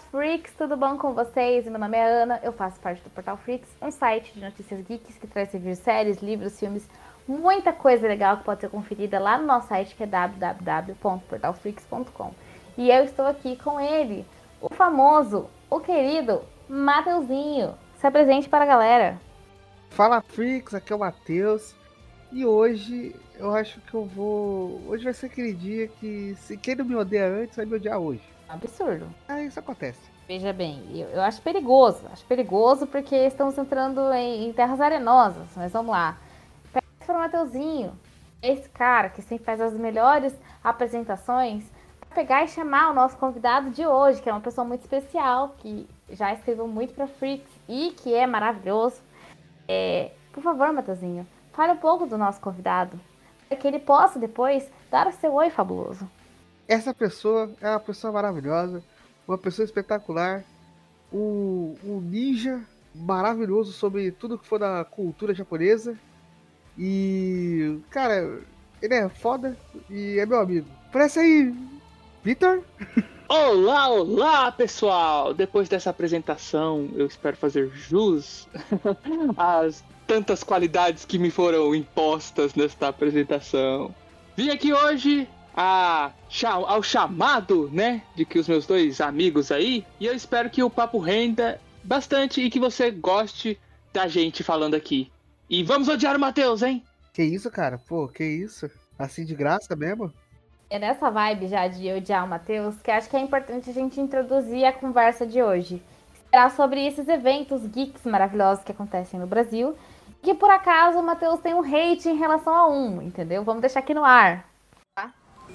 Freaks, tudo bom com vocês? Meu nome é Ana, eu faço parte do Portal Freaks, um site de notícias geeks que traz reviews, séries, livros, filmes, muita coisa legal que pode ser conferida lá no nosso site que é www.portalfreaks.com. E eu estou aqui com ele, o famoso, o querido Mateuzinho. Se apresente para a galera. Fala Freaks, aqui é o Matheus. E hoje eu acho que eu vou. Hoje vai ser aquele dia que se quem não me odeia antes vai me odiar hoje. Absurdo. Isso acontece. Veja bem, eu acho perigoso porque estamos entrando em terras arenosas, mas vamos lá. Peça para o Mateuzinho, esse cara que sempre faz as melhores apresentações, para pegar e chamar o nosso convidado de hoje, que é uma pessoa muito especial, que já escreveu muito para Freaks e que é maravilhoso. Por favor, Mateuzinho, fale um pouco do nosso convidado, para que ele possa depois dar o seu oi fabuloso. Essa pessoa é uma pessoa maravilhosa, uma pessoa espetacular, um ninja maravilhoso sobre tudo que for da cultura japonesa. E, cara, ele é foda e é meu amigo. Parece aí, Vitor? Olá, pessoal! Depois dessa apresentação, eu espero fazer jus às tantas qualidades que me foram impostas nesta apresentação. Vim aqui hoje ao chamado, né, de que os meus dois amigos aí, e eu espero que o papo renda bastante e que você goste da gente falando aqui. E vamos odiar o Matheus, hein? Que isso, cara? Pô, que isso? Assim de graça mesmo? É nessa vibe já de odiar o Matheus que acho que é importante a gente introduzir a conversa de hoje. Será sobre esses eventos geeks maravilhosos que acontecem no Brasil. Que por acaso o Matheus tem um hate em relação a um, entendeu? Vamos deixar aqui no ar. Tá?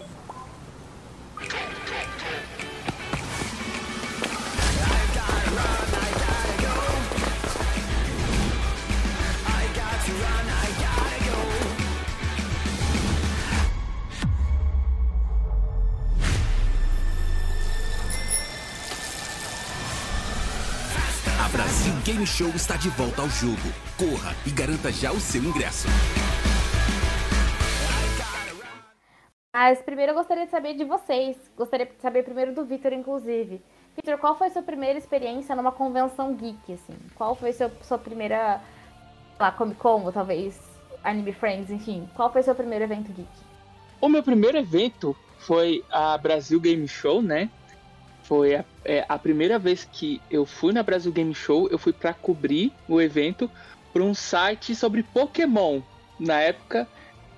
A Brasil Game Show está de volta ao jogo. Corra e garanta já o seu ingresso. Mas primeiro eu gostaria de saber de vocês. Gostaria de saber primeiro do Victor, inclusive. Victor, qual foi a sua primeira experiência numa convenção geek, assim? Qual foi a sua primeira, sei lá, Comic Con, ou talvez Anime Friends, enfim. Qual foi o seu primeiro evento geek? O meu primeiro evento foi a Brasil Game Show, né? Foi a primeira vez que eu fui na Brasil Game Show. Eu fui para cobrir o evento para um site sobre Pokémon. Na época,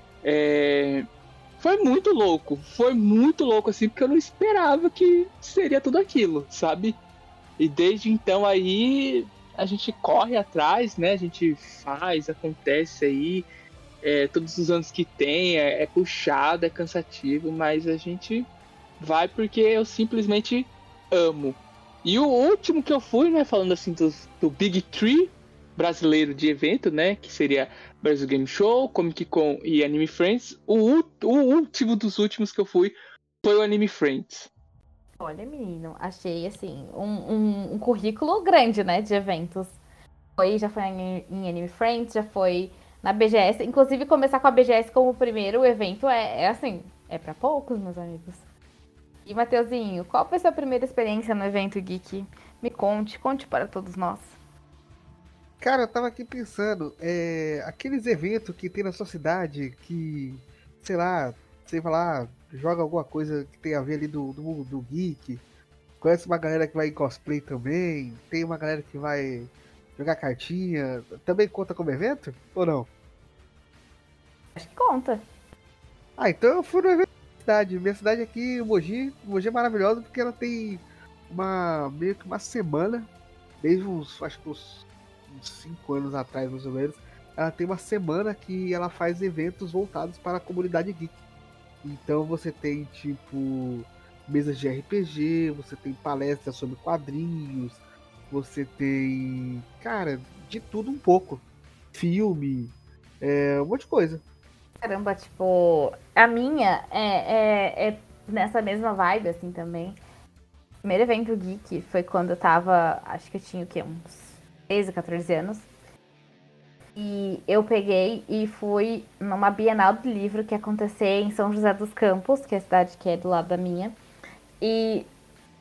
foi muito louco assim, porque eu não esperava que seria tudo aquilo, sabe? E desde então aí a gente corre atrás, né? A gente faz, acontece aí, todos os anos que tem, é puxado, é cansativo, mas a gente vai porque eu simplesmente amo. E o último que eu fui, né, falando assim do Big Three brasileiro de evento, né, que seria Brasil Game Show, Comic Con e Anime Friends, o último dos últimos que eu fui foi o Anime Friends. Olha, menino, achei, assim, um currículo grande, né, de eventos. Já foi em Anime Friends, já foi na BGS. Inclusive, começar com a BGS como o primeiro evento assim, é pra poucos, meus amigos. E, Mateuzinho, qual foi a sua primeira experiência no evento geek? Me conte para todos nós. Cara, eu tava aqui pensando, aqueles eventos que tem na sua cidade que, sei lá, você vai lá, joga alguma coisa que tem a ver ali do mundo do geek, conhece uma galera que vai em cosplay também, tem uma galera que vai jogar cartinha, também conta como evento ou não? Acho que conta. Então eu fui no evento da cidade. Minha cidade aqui, Mogi é maravilhosa porque ela tem meio que uma semana, desde acho que uns 5 anos atrás, mais ou menos, ela tem uma semana que ela faz eventos voltados para a comunidade geek. Então você tem, tipo, mesas de RPG, você tem palestras sobre quadrinhos, você tem, cara, de tudo um pouco. Filme, um monte de coisa. Caramba, tipo, a minha é nessa mesma vibe, assim, também. O primeiro evento geek foi quando eu tava, acho que eu tinha o quê? Uns 13, 14 anos. E eu peguei e fui numa Bienal do Livro que ia acontecer em São José dos Campos, que é a cidade que é do lado da minha. E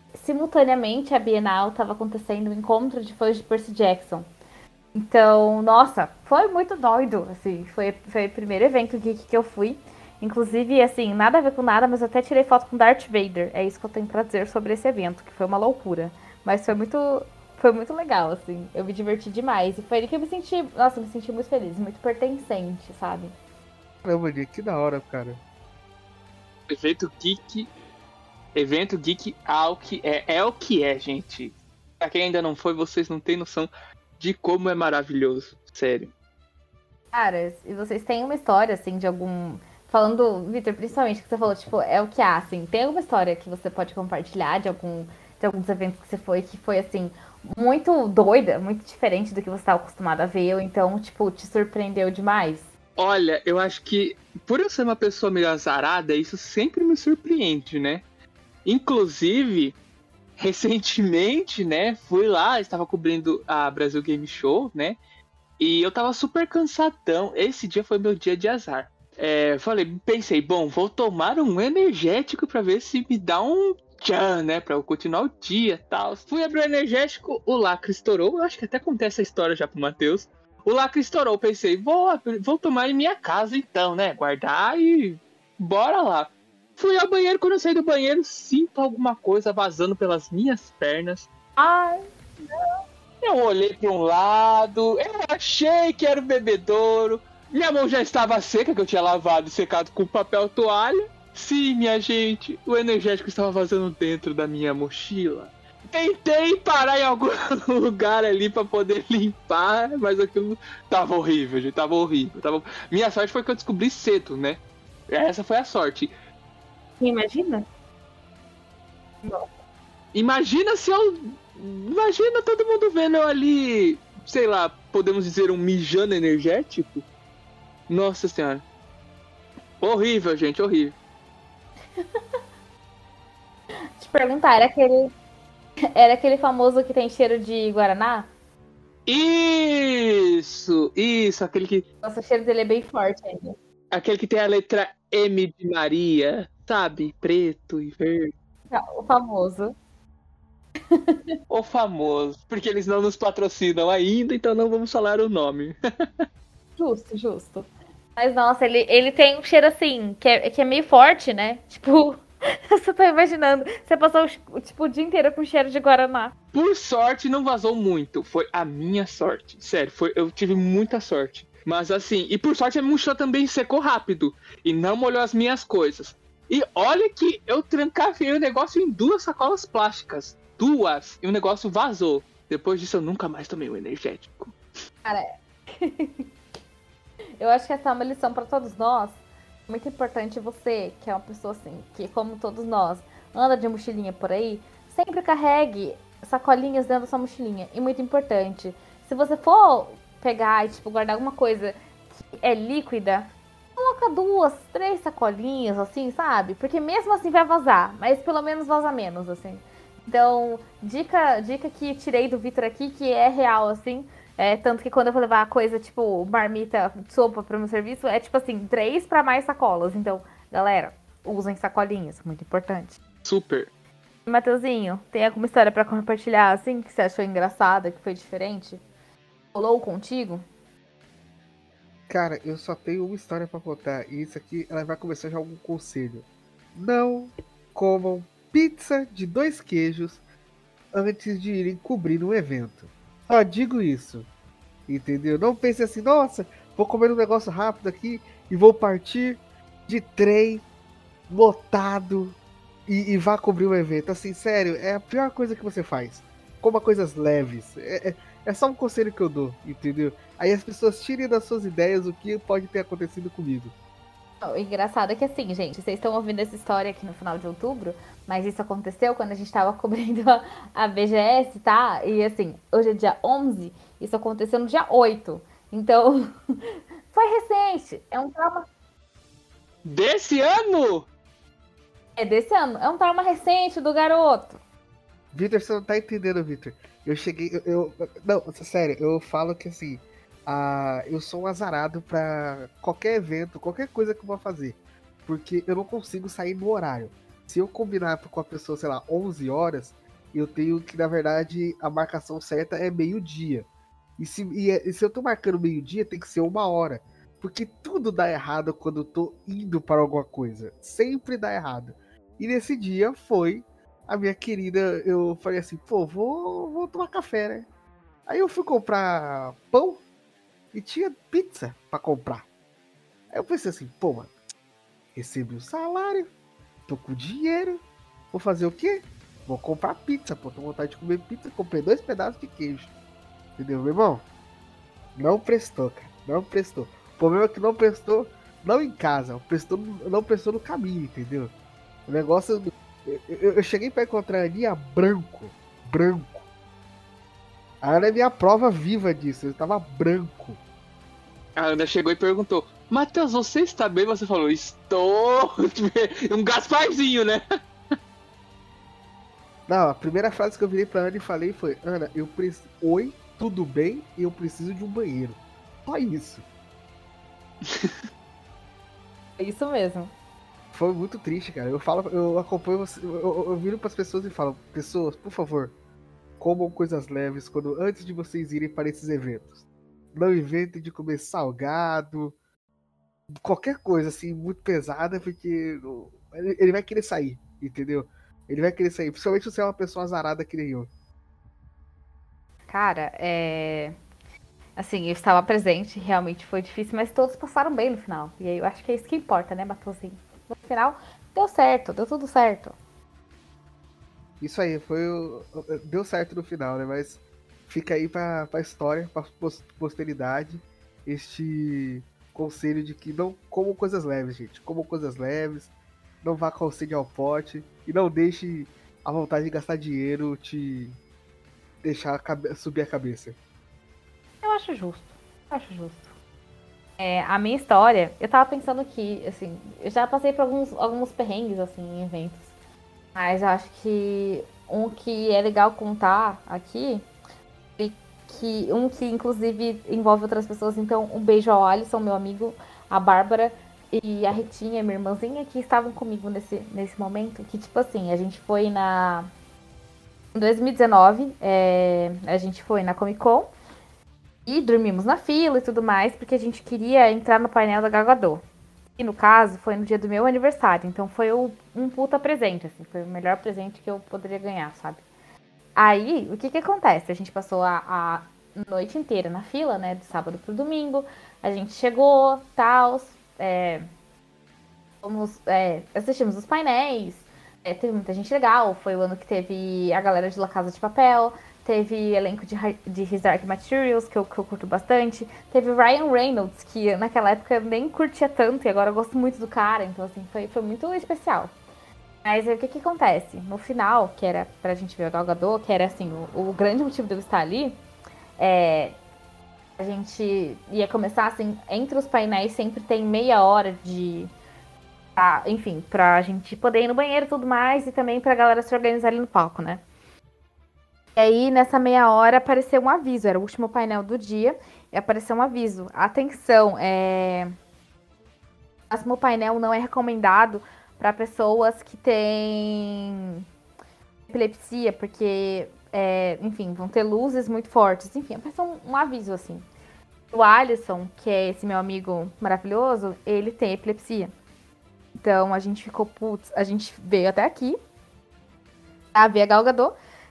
simultaneamente a Bienal estava acontecendo o encontro de fãs de Percy Jackson. Então, nossa, foi muito doido, assim, foi o primeiro evento geek que eu fui. Inclusive, assim, nada a ver com nada, mas eu até tirei foto com Darth Vader. É isso que eu tenho pra dizer sobre esse evento, que foi uma loucura. Mas foi muito legal, assim. Eu me diverti demais. E foi ali que eu me senti, nossa, eu me senti muito feliz, muito pertencente, sabe? Caramba, Nick, que da hora, cara. Evento geek. Evento geek é o que é, gente. Pra quem ainda não foi, vocês não têm noção de como é maravilhoso. Sério. Caras, e vocês têm uma história, assim, de algum. Falando, Vitor, principalmente que você falou, tipo, é o que há, assim. Tem alguma história que você pode compartilhar de alguns eventos que você foi, que foi, assim, muito doida, muito diferente do que você estava acostumado a ver, ou então, tipo, te surpreendeu demais? Olha, eu acho que por eu ser uma pessoa meio azarada, isso sempre me surpreende, né? Inclusive, recentemente, né, fui lá, estava cobrindo a Brasil Game Show, né? E eu tava super cansadão. Esse dia foi meu dia de azar. Pensei, bom, vou tomar um energético pra ver se me dá um tchan, né? Pra eu continuar o dia e tal. Fui abrir o energético, o lacre estourou. Eu acho que até contei essa história já pro Matheus. O lacre estourou. Pensei, vou tomar em minha casa então, né? Guardar e bora lá. Fui ao banheiro, quando eu saí do banheiro, sinto alguma coisa vazando pelas minhas pernas. Ai, Eu olhei para um lado, eu achei que era o bebedouro. Minha mão já estava seca, que eu tinha lavado e secado com papel toalha. Sim, minha gente, o energético estava vazando dentro da minha mochila. Tentei parar em algum lugar ali para poder limpar, mas aquilo tava horrível, gente, tava horrível. Minha sorte foi que eu descobri cedo, né? Essa foi a sorte. imagina? Imagina se eu. Imagina todo mundo vendo eu ali, sei lá, podemos dizer um mijando energético. Nossa senhora. Horrível, gente, horrível. Te perguntar, era aquele famoso que tem cheiro de Guaraná? Isso, Nossa, o cheiro dele é bem forte ainda. aquele que tem a letra M de Maria, sabe? Preto e verde. O famoso. O famoso, porque eles não nos patrocinam ainda, então não vamos falar o nome. Justo, justo. Mas nossa, ele tem um cheiro assim, que é meio forte, né? Tipo, você tá imaginando. Você passou tipo, o dia inteiro com cheiro de Guaraná. Por sorte, não vazou muito. Foi a minha sorte. Sério, eu tive muita sorte. Mas assim, e por sorte a mochila também secou rápido. E não molhou as minhas coisas. E olha que eu trancavei o negócio em 2 sacolas plásticas. 2. E o negócio vazou. Depois disso eu nunca mais tomei um energético. Cara, eu acho que essa é uma lição pra todos nós. Muito importante você, que é uma pessoa assim, que como todos nós, anda de mochilinha por aí, sempre carregue sacolinhas dentro da sua mochilinha. E muito importante, se você for pegar e tipo, guardar alguma coisa que é líquida, coloca 2, 3 sacolinhas, assim, sabe? Porque mesmo assim vai vazar, mas pelo menos vaza menos, assim. Então, dica que tirei do Vitor aqui, que é real, assim. Tanto que quando eu vou levar coisa, tipo, marmita, sopa pro meu serviço, é tipo assim, 3 para mais sacolas. Então, galera, usem sacolinhas, muito importante. Super. Mateuzinho, tem alguma história para compartilhar, assim, que você achou engraçada, que foi diferente? Rolou contigo? Cara, eu só tenho uma história pra contar. E isso aqui, ela vai começar já algum conselho. Não comam pizza de 2 queijos antes de irem cobrir um evento. Só digo isso. Entendeu? Não pense assim, nossa, vou comer um negócio rápido aqui e vou partir de trem lotado e vá cobrir um evento. Assim, sério, é a pior coisa que você faz. Coma coisas leves. É só um conselho que eu dou, entendeu? Aí as pessoas tirem das suas ideias o que pode ter acontecido comigo. O engraçado é que assim, gente, vocês estão ouvindo essa história aqui no final de outubro, mas isso aconteceu quando a gente tava cobrindo a BGS, tá? E assim, hoje é dia 11, isso aconteceu no dia 8. Então, foi recente. É um trauma. Desse ano? É desse ano. É um trauma recente do garoto. Vitor, você não tá entendendo, Vitor. Eu cheguei. Não, sério, eu falo que assim. Eu sou um azarado pra qualquer evento, qualquer coisa que eu vou fazer. Porque eu não consigo sair no horário. Se eu combinar com a pessoa, sei lá, 11 horas, eu tenho que, na verdade, a marcação certa é meio-dia. E se eu tô marcando meio-dia, tem que ser 1 hora. Porque tudo dá errado quando eu tô indo para alguma coisa. Sempre dá errado. E nesse dia foi a minha querida. Eu falei assim, pô, vou tomar café, né? Aí eu fui comprar pão e tinha pizza pra comprar. Aí eu pensei assim, pô, mano, recebi o salário, tô com dinheiro, vou fazer o quê? Vou comprar pizza, pô, tô com vontade de comer pizza, comprei 2 pedaços de queijo. Entendeu, meu irmão? Não prestou, cara, não prestou. O problema é que não prestou, não em casa, não prestou no caminho, entendeu? O negócio. Eu cheguei pra encontrar a Aninha branco. Branco. A Ana é minha prova viva disso, eu tava branco. A Ana chegou e perguntou: Matheus, você está bem? Você falou: estou. Um Gasparzinho, né? Não, a primeira frase que eu virei pra Ana e falei foi: Ana, eu preciso. Oi, tudo bem? Eu preciso de um banheiro. Só isso. É isso mesmo. Foi muito triste, cara. Eu acompanho você. Eu viro pras pessoas e falo: pessoas, por favor, comam coisas leves antes de vocês irem para esses eventos. Não inventem de comer salgado, qualquer coisa assim, muito pesada, porque ele vai querer sair, entendeu? Ele vai querer sair, principalmente se você é uma pessoa azarada que nem eu. Cara, assim, eu estava presente, realmente foi difícil, mas todos passaram bem no final. E aí eu acho que é isso que importa, né, Batozinho? No final, deu certo, deu tudo certo. Isso aí, deu certo no final, né? Mas fica aí pra história, pra posteridade, este conselho de que não comam coisas leves, gente. Comam coisas leves, não vá com sede ao pote e não deixe a vontade de gastar dinheiro te deixar subir a cabeça. Eu acho justo, eu acho justo. A minha história, eu tava pensando que, assim, eu já passei por alguns perrengues, assim, em eventos. Mas eu acho que um que é legal contar aqui, e que inclusive envolve outras pessoas. Então, um beijo ao Alisson, meu amigo, a Bárbara e a Ritinha, minha irmãzinha, que estavam comigo nesse momento. Que, tipo assim, a gente foi em 2019, a gente foi na Comic Con e dormimos na fila e tudo mais, porque a gente queria entrar no painel da Gal Gadot. E no caso, foi no dia do meu aniversário. Então foi um puta presente, assim. Foi o melhor presente que eu poderia ganhar, sabe? Aí, o que acontece? A gente passou a noite inteira na fila, né? Do sábado pro domingo. A gente chegou, tal. Assistimos os painéis. Teve muita gente legal. Foi o ano que teve a galera de La Casa de Papel. Teve elenco de His Dark Materials, que eu curto bastante. Teve Ryan Reynolds, que naquela época eu nem curtia tanto, e agora eu gosto muito do cara. Então, assim, foi muito especial. Mas aí, o que acontece? No final, que era pra gente ver o Gal Gadot, que era, assim, o grande motivo de eu estar ali, a gente ia começar, assim, entre os painéis sempre tem meia hora enfim, pra gente poder ir no banheiro e tudo mais, e também pra galera se organizar ali no palco, né? E aí, nessa meia hora, apareceu um aviso. Era o último painel do dia. E apareceu um aviso. Atenção, o próximo painel não é recomendado para pessoas que têm epilepsia, porque, enfim, vão ter luzes muito fortes. Enfim, apareceu um aviso, assim. O Alisson, que é esse meu amigo maravilhoso, ele tem epilepsia. Então, a gente ficou, putz, a gente veio até aqui a ver a Gal Gadot.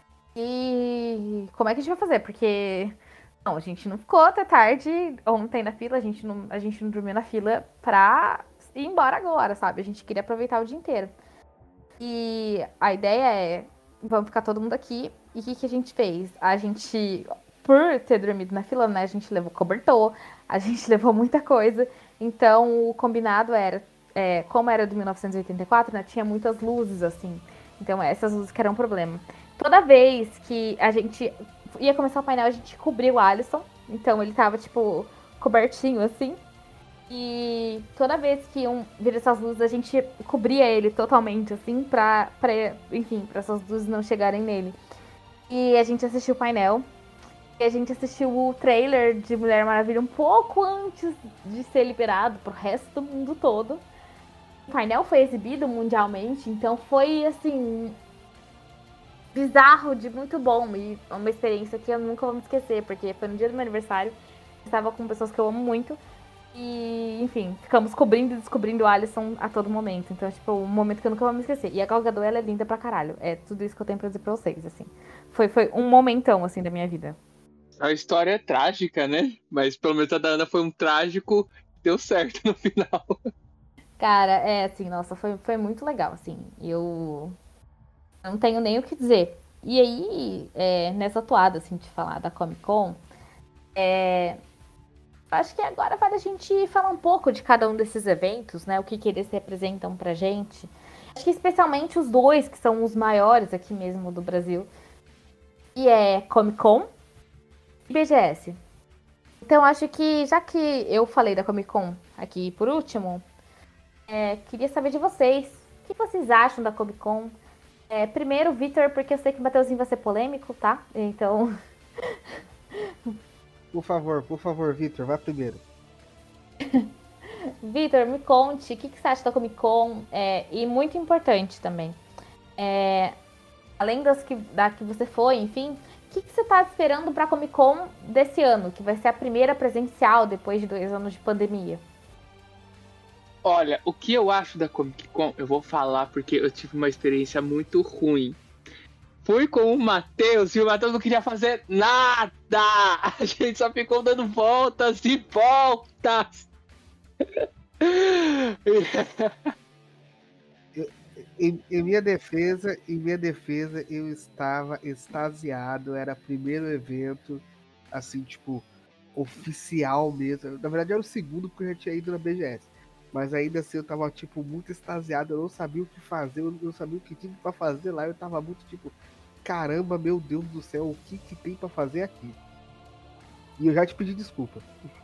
E como é que a gente vai fazer? Porque não, a gente não ficou até tarde ontem na fila, a gente não dormiu na fila pra ir embora agora, sabe? A gente queria aproveitar o dia inteiro. E a ideia é, vamos ficar todo mundo aqui. E o que a gente fez? A gente, por ter dormido na fila, né? A gente levou cobertor, a gente levou muita coisa. Então, o combinado era, como era do 1984, né? Tinha muitas luzes, assim. Então, essas luzes que eram um problema. Toda vez que a gente ia começar o painel, a gente cobriu o Alisson. Então ele tava, tipo, cobertinho, assim. E toda vez que iam vir essas luzes, a gente cobria ele totalmente, assim, enfim, pra essas luzes não chegarem nele. E a gente assistiu o painel. E a gente assistiu o trailer de Mulher Maravilha um pouco antes de ser liberado pro resto do mundo todo. o painel foi exibido mundialmente, então foi, assim, bizarro de muito bom. E uma experiência que eu nunca vou me esquecer, porque foi no dia do meu aniversário, estava com pessoas que eu amo muito. E, enfim, ficamos cobrindo e descobrindo o Alisson a todo momento. Então, tipo, um momento que eu nunca vou me esquecer. E a Gal Gadot, ela é linda pra caralho. É tudo isso que eu tenho pra dizer pra vocês, assim. Foi um momentão, assim, da minha vida. A história é trágica, né? Mas pelo menos a da Ana foi um trágico, deu certo no final. Cara, assim, nossa, foi muito legal, assim. Eu não tenho nem o que dizer. E aí, nessa toada, assim, de falar da Comic Con, acho que agora vale a gente falar um pouco de cada um desses eventos, né? O que eles representam pra gente. Acho que especialmente os dois, que são os maiores aqui mesmo do Brasil. E é Comic Con e BGS. Então, acho que, já que eu falei da Comic Con aqui por último, queria saber de vocês. O que vocês acham da Comic Con? Primeiro, Vitor, porque eu sei que o Mateuzinho vai ser polêmico, tá? Então... Por favor, Vitor, vá primeiro. Vitor, me conte, o que você acha da Comic Con? E muito importante também, além da que você foi, enfim, o que você tá esperando pra Comic Con desse ano, que vai ser a primeira presencial depois de 2 anos de pandemia? Olha, o que eu acho da Comic Con, eu vou falar porque eu tive uma experiência muito ruim. Fui com o Matheus e o Matheus não queria fazer nada. A gente só ficou dando voltas e voltas. Em minha defesa, eu estava extasiado. Era o primeiro evento, assim, tipo, oficial mesmo. Na verdade, era o segundo, porque eu já tinha ido na BGS. Mas ainda assim, eu tava, tipo, muito extasiado. Eu não sabia o que fazer, eu não sabia o que tinha pra fazer lá. Eu tava muito, tipo, caramba, meu Deus do céu, o que tem pra fazer aqui? E eu já te pedi desculpa.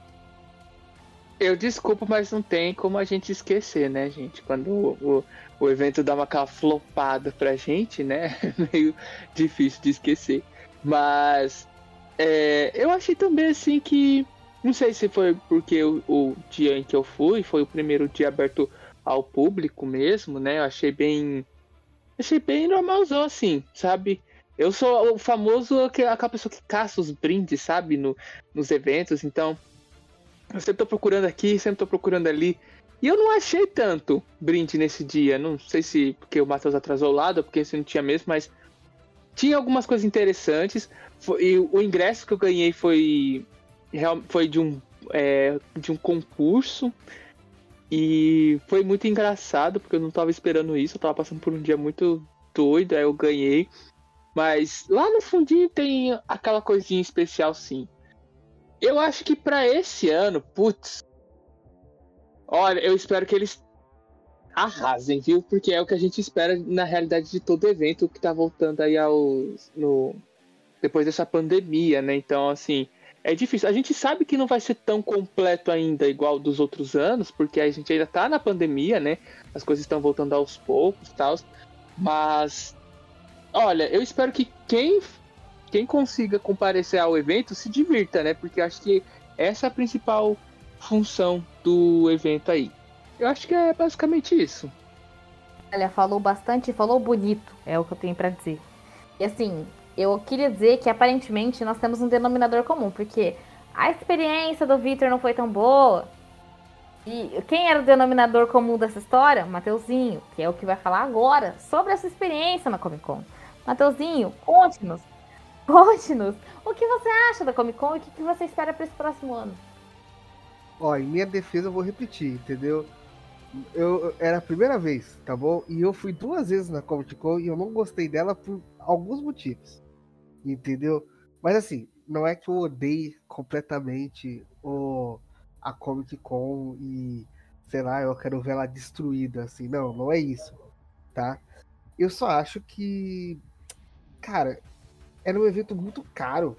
Eu desculpo, mas não tem como a gente esquecer, né, gente? Quando o evento dá aquela flopada pra gente, né? É meio difícil de esquecer. Mas eu achei também assim que. Não sei se foi porque o dia em que eu fui foi o primeiro dia aberto ao público mesmo, né? Eu achei bem. Achei bem normalzão, assim, sabe? Eu sou o famoso aquela pessoa que caça os brindes, sabe? Nos eventos, então. Eu sempre tô procurando aqui, sempre tô procurando ali. E eu não achei tanto brinde nesse dia. Não sei se porque o Matheus atrasou o lado, ou porque se não tinha mesmo, mas tinha algumas coisas interessantes. E o ingresso que eu ganhei foi de um concurso. E foi muito engraçado, porque eu não tava esperando isso. Eu tava passando por um dia muito doido, aí eu ganhei. Mas lá no fundinho tem aquela coisinha especial, sim. Eu acho que pra esse ano, putz, olha, eu espero que eles arrasem, viu? Porque é o que a gente espera na realidade de todo evento que tá voltando aí depois dessa pandemia, né? Então, assim, é difícil. A gente sabe que não vai ser tão completo ainda igual dos outros anos, porque a gente ainda tá na pandemia, né? As coisas estão voltando aos poucos e tal. Mas, olha, eu espero que quem consiga comparecer ao evento se divirta, né? Porque acho que essa é a principal função do evento aí. Eu acho que é basicamente isso. Olha, falou bastante e falou bonito, é o que eu tenho pra dizer. E assim, eu queria dizer que aparentemente nós temos um denominador comum, porque a experiência do Vitor não foi tão boa. E quem era o denominador comum dessa história? Mateuzinho, que é o que vai falar agora sobre essa experiência na Comic Con. Mateuzinho, conte-nos. Conte-nos o que você acha da Comic Con e o que você espera para esse próximo ano. Ó, em minha defesa eu vou repetir, entendeu? Era a primeira vez, tá bom? E eu fui 2 vezes na Comic Con e eu não gostei dela por alguns motivos, entendeu? Mas assim, não é que eu odeie completamente a Comic Con e, sei lá, eu quero ver ela destruída, assim. Não, não é isso, tá? Eu só acho que, cara, era um evento muito caro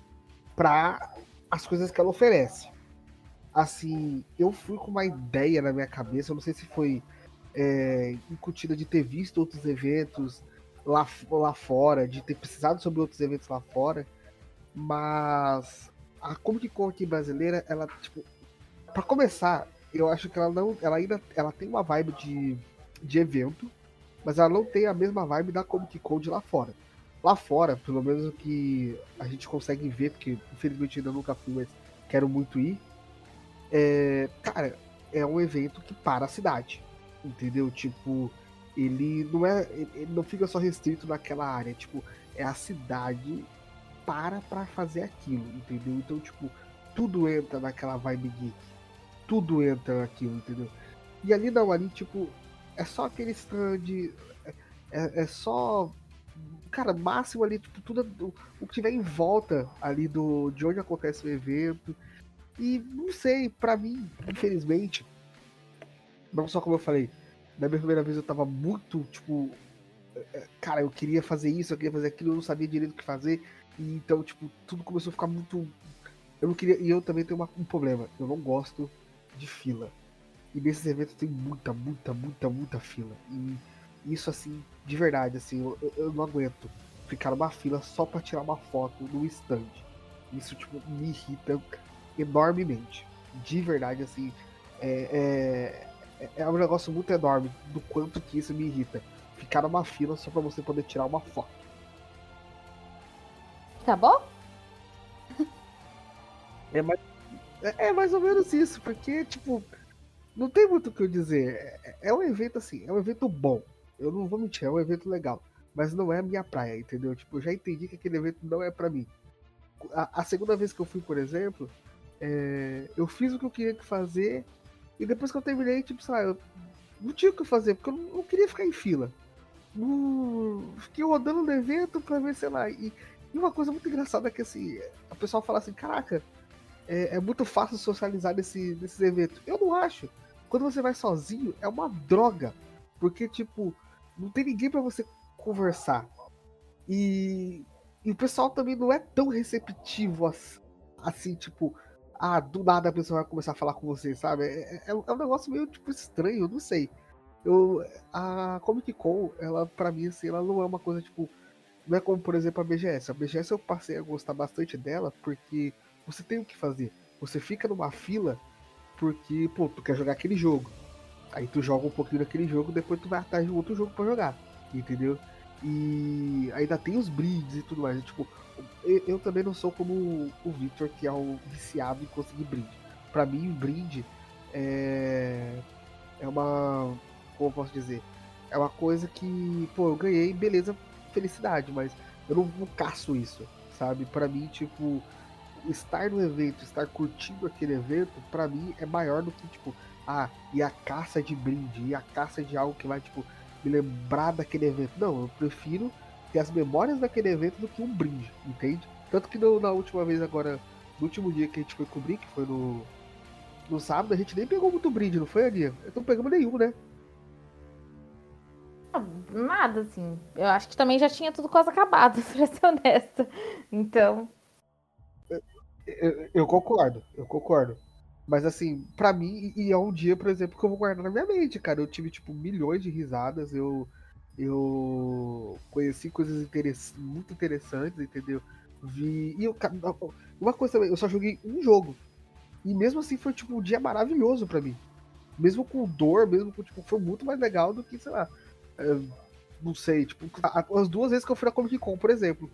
pra as coisas que ela oferece. Assim, eu fui com uma ideia na minha cabeça, eu não sei se foi incutida de ter visto outros eventos lá fora, de ter precisado sobre outros eventos lá fora, mas a Comic Con aqui brasileira, ela, tipo, pra começar, eu acho que ela tem uma vibe de evento, mas ela não tem a mesma vibe da Comic Con de lá fora. Lá fora, pelo menos o que a gente consegue ver, porque infelizmente ainda nunca fui, mas quero muito ir. Cara, é um evento que para a cidade, entendeu? Tipo, ele não fica só restrito naquela área, tipo, é a cidade pra fazer aquilo, entendeu? Então, tipo, tudo entra naquela vibe geek, tudo entra naquilo, entendeu? E ali não, ali, tipo, é só aquele stand, é só, cara, máximo ali, tipo, tudo o que tiver em volta ali de onde acontece o evento. E não sei, pra mim, infelizmente, não só como eu falei, na minha primeira vez eu tava muito, tipo, cara, eu queria fazer isso, eu queria fazer aquilo, eu não sabia direito o que fazer. E então, tipo, tudo começou a ficar muito. Eu não queria. E eu também tenho um problema. Eu não gosto de fila. E nesses eventos tem muita fila. E isso, assim, de verdade, assim, eu não aguento ficar numa fila só pra tirar uma foto no stand. Isso, tipo, me irrita enormemente. De verdade, assim, é um negócio muito enorme do quanto que isso me irrita. Ficar numa fila só pra você poder tirar uma foto. Tá bom? É mais ou menos isso, porque, tipo, não tem muito o que eu dizer. É um evento assim, é um evento bom. Eu não vou mentir, é um evento legal. Mas não é a minha praia, entendeu? Tipo, eu já entendi que aquele evento não é pra mim. A segunda vez que eu fui, por exemplo, eu fiz o que eu queria fazer. E depois que eu terminei, tipo, sei lá, eu não tinha o que fazer, porque eu não queria ficar em fila. Fiquei rodando no evento pra ver, sei lá. E uma coisa muito engraçada é que assim, a pessoa fala assim, caraca, é muito fácil socializar nesses eventos. Eu não acho. Quando você vai sozinho, é uma droga. Porque, tipo, não tem ninguém pra você conversar. E o pessoal também não é tão receptivo assim, tipo, do nada a pessoa vai começar a falar com você, sabe? É um negócio meio, tipo, estranho, eu não sei. A Comic Con, ela, pra mim, assim, ela não é uma coisa, tipo, não é como, por exemplo, a BGS. A BGS eu passei a gostar bastante dela porque você tem o que fazer. Você fica numa fila porque, pô, tu quer jogar aquele jogo. Aí tu joga um pouquinho daquele jogo, depois tu vai atrás de um outro jogo pra jogar. Entendeu? E ainda tem os brindes e tudo mais. Tipo, eu também não sou como o Victor, que é o viciado em conseguir brinde. Pra mim, o brinde é uma. Como eu posso dizer? É uma coisa que, pô, eu ganhei, beleza, felicidade, mas eu não caço isso, sabe? Pra mim, tipo, estar no evento, estar curtindo aquele evento, pra mim é maior do que, tipo, e a caça de brinde, e a caça de algo que vai, tipo, me lembrar daquele evento. Não, eu prefiro ter as memórias daquele evento do que um brinde, entende? Tanto que na última vez agora, no último dia que a gente foi cobrir, que foi no sábado, a gente nem pegou muito brinde, não foi, Aninha? Eu não pegamos nenhum, né? Nada, assim. Eu acho que também já tinha tudo quase acabado, pra ser honesta. Então. Eu concordo. Mas assim, pra mim, e é um dia, por exemplo, que eu vou guardar na minha mente, cara. Eu tive, tipo, milhões de risadas, eu conheci coisas muito interessantes, entendeu? Uma coisa também, eu só joguei um jogo. E mesmo assim foi, tipo, um dia maravilhoso pra mim. Mesmo com dor, mesmo com, tipo, foi muito mais legal do que, sei lá, não sei, tipo, as duas vezes que eu fui na Comic Con, por exemplo.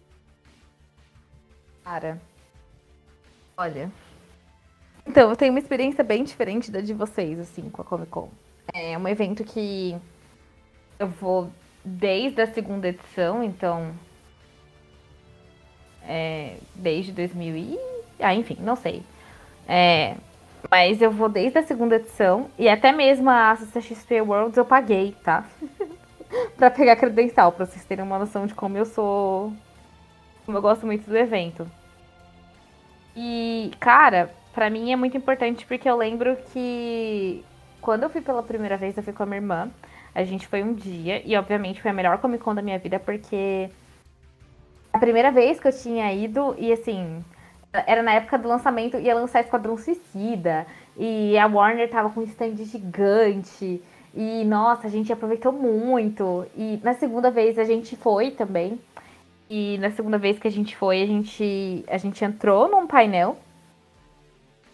Cara. Olha. Então, eu tenho uma experiência bem diferente da de vocês, assim, com a Comic Con. É um evento que eu vou desde a segunda edição, então. Desde 2000 e. Enfim, não sei. Mas eu vou desde a segunda edição e até mesmo a CCXP Worlds eu paguei, tá? Pra pegar credencial, pra vocês terem uma noção de como eu sou. Como eu gosto muito do evento. E, cara, pra mim é muito importante porque eu lembro que quando eu fui pela primeira vez, eu fui com a minha irmã. A gente foi um dia e, obviamente, foi a melhor Comic Con da minha vida porque a primeira vez que eu tinha ido e, assim, era na época do lançamento, ia lançar Esquadrão Suicida e a Warner tava com um stand gigante e, nossa, a gente aproveitou muito. E na segunda vez a gente foi também. E na segunda vez que a gente foi, a gente entrou num painel.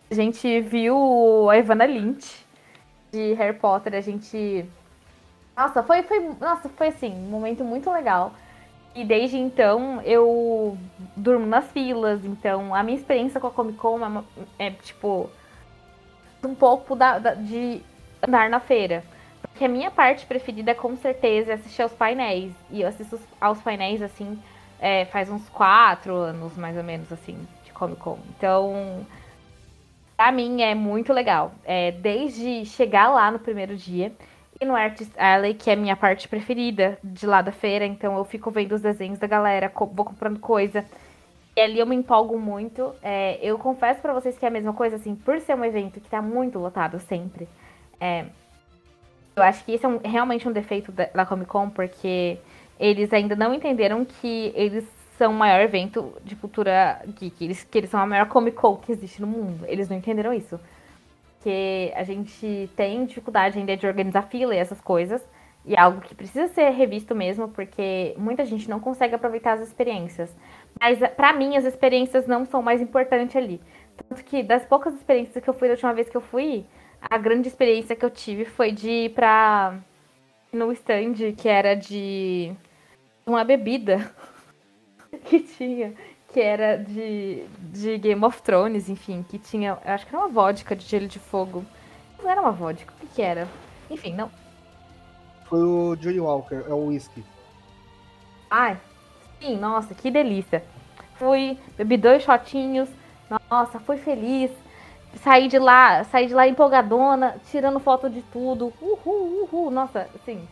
A gente viu a Evanna Lynch de Harry Potter, a gente... Nossa, foi assim, um momento muito legal. E desde então eu durmo nas filas, então a minha experiência com a Comic Con tipo, um pouco de andar na feira. Porque a minha parte preferida, com certeza, é assistir aos painéis. E eu assisto aos painéis, assim, faz uns 4 anos, mais ou menos, assim, de Comic Con. Então, pra mim é muito legal. Desde chegar lá no primeiro dia e no Artist Alley, que é a minha parte preferida de lá da feira. Então eu fico vendo os desenhos da galera, vou comprando coisa. E ali eu me empolgo muito. Eu confesso pra vocês que é a mesma coisa, assim, por ser um evento que tá muito lotado sempre. Eu acho que esse é realmente um defeito da Comic Con, porque eles ainda não entenderam que eles são o maior evento de cultura geek, que eles são a maior Comic Con que existe no mundo. Eles não entenderam isso. Porque a gente tem dificuldade ainda de organizar fila e essas coisas. E é algo que precisa ser revisto mesmo, porque muita gente não consegue aproveitar as experiências. Mas pra mim, as experiências não são mais importantes ali. Tanto que das poucas experiências que eu fui da última vez que eu fui, a grande experiência que eu tive foi de ir no stand que era de uma bebida que tinha, que era de Game of Thrones, enfim, que tinha, eu acho que era uma vodka de gelo de fogo. Não era uma vodka, o que era? Enfim, não. Foi o Johnny Walker, é o whisky. Ai, sim, nossa, que delícia. Fui, bebi 2 shotinhos, nossa, fui feliz. Saí de lá empolgadona, tirando foto de tudo. Uhul. Nossa, assim.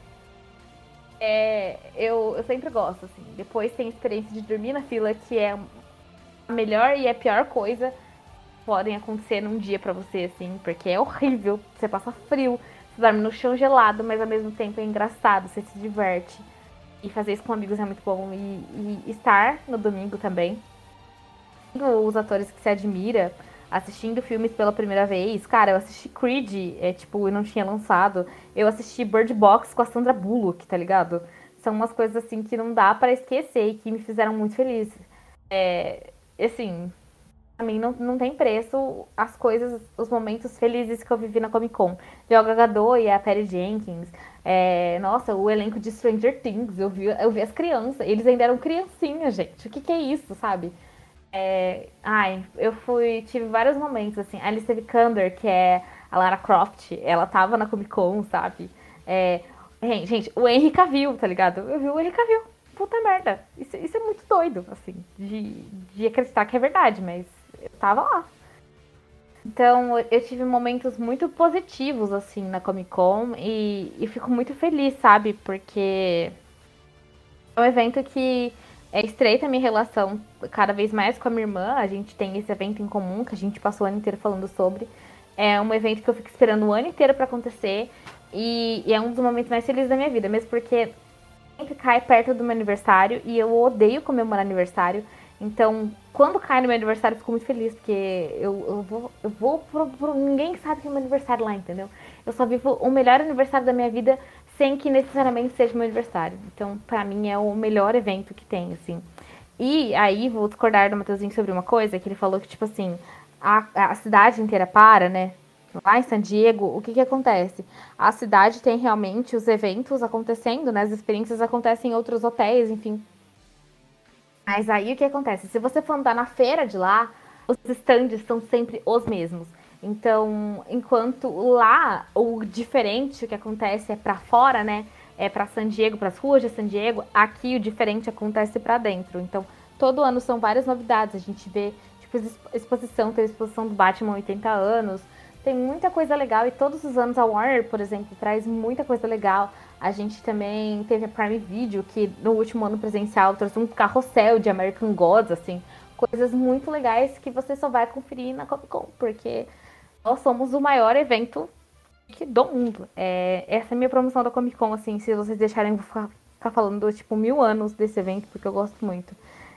Eu sempre gosto, assim. Depois tem a experiência de dormir na fila, que é a melhor e a pior coisa que podem acontecer num dia pra você, assim, porque é horrível. Você passa frio, você dorme no chão gelado, mas ao mesmo tempo é engraçado, você se diverte. E fazer isso com amigos é muito bom. E estar no domingo também, os atores que se admira, assistindo filmes pela primeira vez. Cara, eu assisti Creed, tipo, eu não tinha lançado. Eu assisti Bird Box com a Sandra Bullock, tá ligado? São umas coisas assim que não dá pra esquecer e que me fizeram muito feliz. Assim, pra mim não tem preço as coisas, os momentos felizes que eu vivi na Comic Con. Ver o Gal Gadot e a Patty Jenkins. Nossa, o elenco de Stranger Things, eu vi as crianças. Eles ainda eram criancinhas, gente. O que é isso, sabe? Tive vários momentos, assim. A Alicia Vikander, que é a Lara Croft, ela tava na Comic Con, sabe? Gente, o Henry Cavill, tá ligado? Eu vi o Henry Cavill. Puta merda. Isso é muito doido, assim, de acreditar que é verdade, mas eu tava lá. Então, eu tive momentos muito positivos, assim, na Comic Con e fico muito feliz, sabe? Porque é um evento que estreita a minha relação cada vez mais com a minha irmã. A gente tem esse evento em comum que a gente passou o ano inteiro falando sobre. É um evento que eu fico esperando o ano inteiro pra acontecer. E é um dos momentos mais felizes da minha vida, mesmo porque sempre cai perto do meu aniversário e eu odeio comemorar aniversário. Então, quando cai no meu aniversário, eu fico muito feliz, porque eu vou pro ninguém sabe que é meu aniversário lá, entendeu? Eu só vivo o melhor aniversário da minha vida sem que necessariamente seja meu aniversário. Então, pra mim, é o melhor evento que tem, assim. E aí, vou discordar do Matheusinho sobre uma coisa, que ele falou que, tipo assim, a cidade inteira para, né? Lá em San Diego, o que acontece? A cidade tem realmente os eventos acontecendo, né? As experiências acontecem em outros hotéis, enfim. Mas aí o que acontece? Se você for andar na feira de lá, os stands são sempre os mesmos. Então, enquanto lá o diferente, o que acontece é pra fora, né? É pra San Diego, pras ruas de San Diego, aqui o diferente acontece pra dentro. Então, todo ano são várias novidades. A gente vê, tipo, teve a exposição do Batman 80 anos. Tem muita coisa legal e todos os anos a Warner, por exemplo, traz muita coisa legal. A gente também teve a Prime Video, que no último ano presencial trouxe um carrossel de American Gods, assim, coisas muito legais que você só vai conferir na Comic Con, porque nós somos o maior evento do mundo. Essa é a minha promoção da Comic Con, assim, se vocês deixarem, eu vou ficar falando, tipo, 1000 anos desse evento, porque eu gosto muito.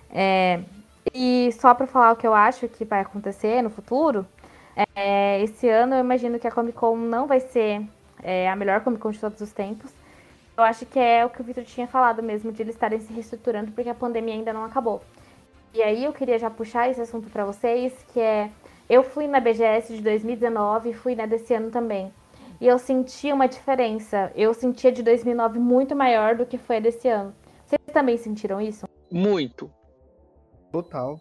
E só pra falar o que eu acho que vai acontecer no futuro, esse ano eu imagino que a Comic Con não vai ser a melhor Comic Con de todos os tempos. Eu acho que é o que o Victor tinha falado mesmo, de eles estarem se reestruturando porque a pandemia ainda não acabou. E aí eu queria já puxar esse assunto pra vocês, que Eu fui na BGS de 2019 e fui na desse ano também. E eu senti uma diferença. Eu senti a de 2009 muito maior do que foi a desse ano. Vocês também sentiram isso? Muito. Total.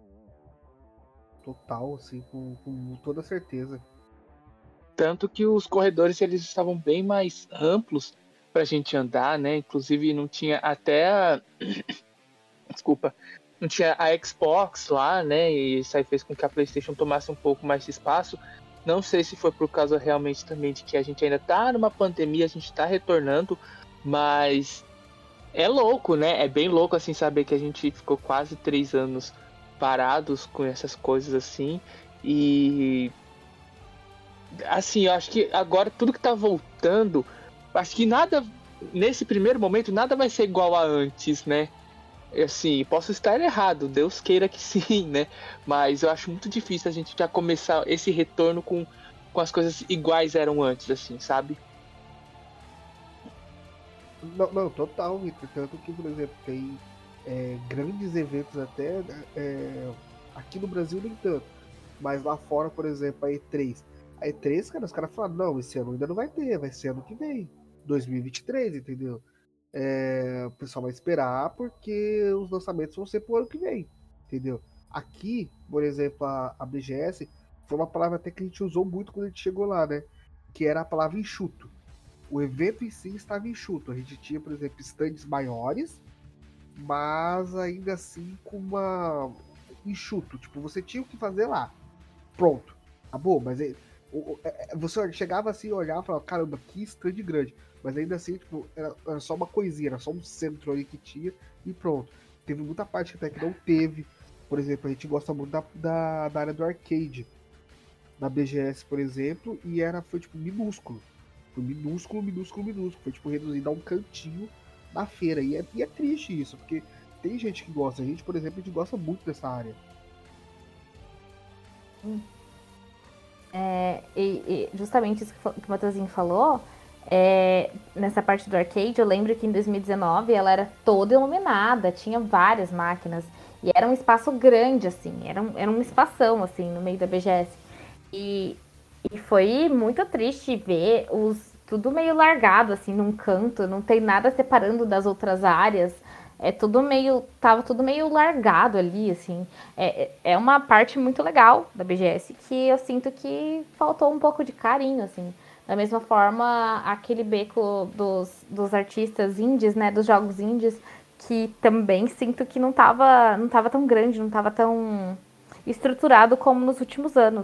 Total, assim, com toda certeza. Tanto que os corredores eles estavam bem mais amplos pra gente andar, né? Inclusive não tinha até a... Desculpa. Não tinha a Xbox lá, né? E isso aí fez com que a PlayStation tomasse um pouco mais de espaço. Não sei se foi por causa realmente também de que a gente ainda tá numa pandemia, a gente tá retornando, mas é louco, né? É bem louco, assim, saber que a gente ficou quase 3 anos parados com essas coisas, assim. E... assim, eu acho que agora tudo que tá voltando, acho que nada, nesse primeiro momento, nada vai ser igual a antes, né? Assim, posso estar errado, Deus queira que sim, né? Mas eu acho muito difícil a gente já começar esse retorno com as coisas iguais eram antes, assim, sabe? Não, total, Victor. Tanto que, por exemplo, tem grandes eventos até aqui no Brasil nem tanto. Mas lá fora, por exemplo, a E3. A E3, cara, os caras falaram, não, esse ano ainda não vai ter, vai ser ano que vem. 2023, entendeu? O pessoal vai esperar porque os lançamentos vão ser pro ano que vem, entendeu? Aqui, por exemplo, a BGS foi uma palavra até que a gente usou muito quando a gente chegou lá, né? Que era a palavra enxuto. O evento em si estava enxuto. A gente tinha, por exemplo, estandes maiores, mas ainda assim com uma enxuto. Tipo, você tinha o que fazer lá. Pronto. Acabou, mas você chegava assim e olhava e falava, caramba, que stand grande. Mas ainda assim, tipo, era só uma coisinha, era só um centro ali que tinha e pronto. Teve muita parte até que não teve. Por exemplo, a gente gosta muito da área do arcade. Na BGS, por exemplo, e foi tipo minúsculo. Foi minúsculo. Foi tipo reduzido a um cantinho da feira. E é triste isso, porque tem gente que gosta. A gente, por exemplo, a gente gosta muito dessa área. E justamente isso que o Matheusinho falou, nessa parte do arcade, eu lembro que em 2019 ela era toda iluminada, tinha várias máquinas, e era um espaço grande, assim, era um espação, assim, no meio da BGS. E foi muito triste ver tudo meio largado, assim, num canto, não tem nada separando das outras áreas. Tava tudo meio largado ali, assim. É uma parte muito legal da BGS que eu sinto que faltou um pouco de carinho, assim. Da mesma forma, aquele beco dos artistas indies, né, dos jogos indies, que também sinto que não tava tão grande, não tava tão estruturado como nos últimos anos.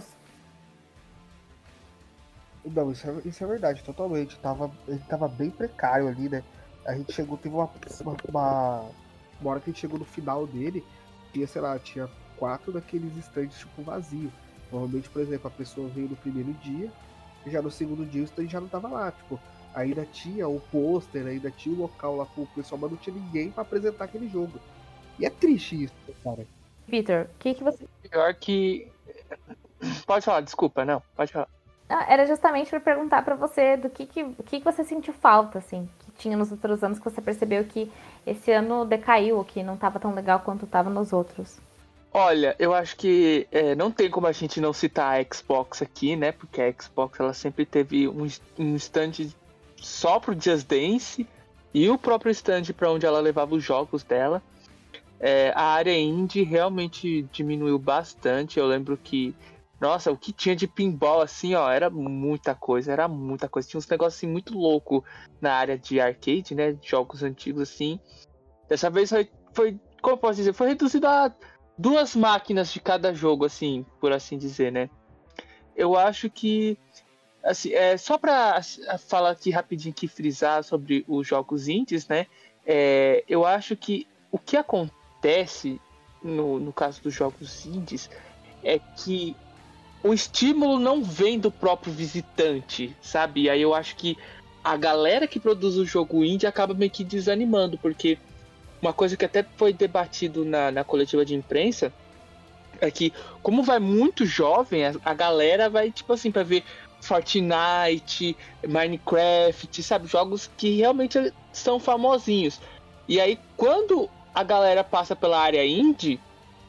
Não, isso é verdade, totalmente. Ele tava bem precário ali, né? A gente chegou, teve uma hora que a gente chegou no final dele, tinha 4 daqueles stands tipo vazio. Normalmente, por exemplo, a pessoa veio no primeiro dia, e já no segundo dia o stand já não tava lá, tipo, ainda tinha o pôster, ainda tinha o local lá pro pessoal, mas não tinha ninguém pra apresentar aquele jogo. E é triste isso, cara. Vitor, o que você... Pior que... Pode falar, desculpa, não, pode falar. Era justamente para perguntar para você do que você sentiu falta, assim, que tinha nos outros anos, que você percebeu que esse ano decaiu, ou que não estava tão legal quanto estava nos outros. Olha, eu acho que não tem como a gente não citar a Xbox aqui, né? Porque a Xbox ela sempre teve um stand só pro Just Dance e o próprio stand para onde ela levava os jogos dela. A área indie realmente diminuiu bastante. Eu lembro que nossa, o que tinha de pinball, assim, ó, era muita coisa. Tinha uns negócios, assim, muito louco na área de arcade, né, de jogos antigos, assim. Dessa vez foi como eu posso dizer, foi reduzido a 2 máquinas de cada jogo, assim, por assim dizer, né. Eu acho que, assim, só pra falar aqui rapidinho, aqui, frisar sobre os jogos indies, né, eu acho que o que acontece no caso dos jogos indies é que o estímulo não vem do próprio visitante, sabe? E aí eu acho que a galera que produz o jogo indie acaba meio que desanimando, porque uma coisa que até foi debatido na coletiva de imprensa é que, como vai muito jovem, a galera vai, tipo assim, pra ver Fortnite, Minecraft, sabe? Jogos que realmente são famosinhos. E aí, quando a galera passa pela área indie,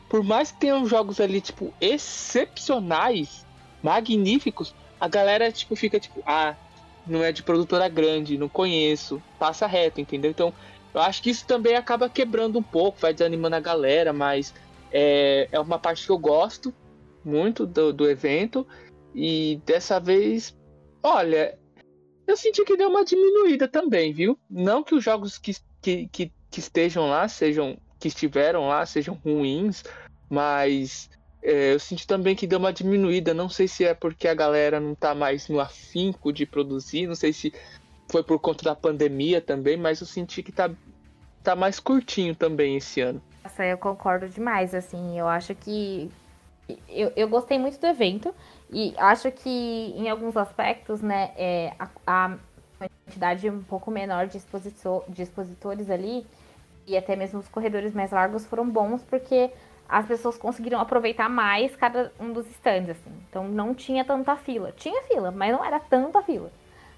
por mais que tenham jogos ali, tipo, excepcionais, magníficos, a galera, tipo, fica, tipo, não é de produtora grande, não conheço, passa reto, entendeu? Então, eu acho que isso também acaba quebrando um pouco, vai desanimando a galera, mas é uma parte que eu gosto muito do evento, e dessa vez, olha, eu senti que deu uma diminuída também, viu? Não que os jogos que estejam lá, que estiveram lá, sejam ruins, mas eu senti também que deu uma diminuída. Não sei se é porque a galera não tá mais no afinco de produzir, não sei se foi por conta da pandemia também, mas eu senti que tá mais curtinho também esse ano. Nossa, eu concordo demais, assim, eu acho que eu gostei muito do evento e acho que em alguns aspectos, né, a quantidade um pouco menor de expositores ali e até mesmo os corredores mais largos foram bons porque as pessoas conseguiram aproveitar mais cada um dos stands, assim. Então não tinha tanta fila. Tinha fila, mas não era tanta fila.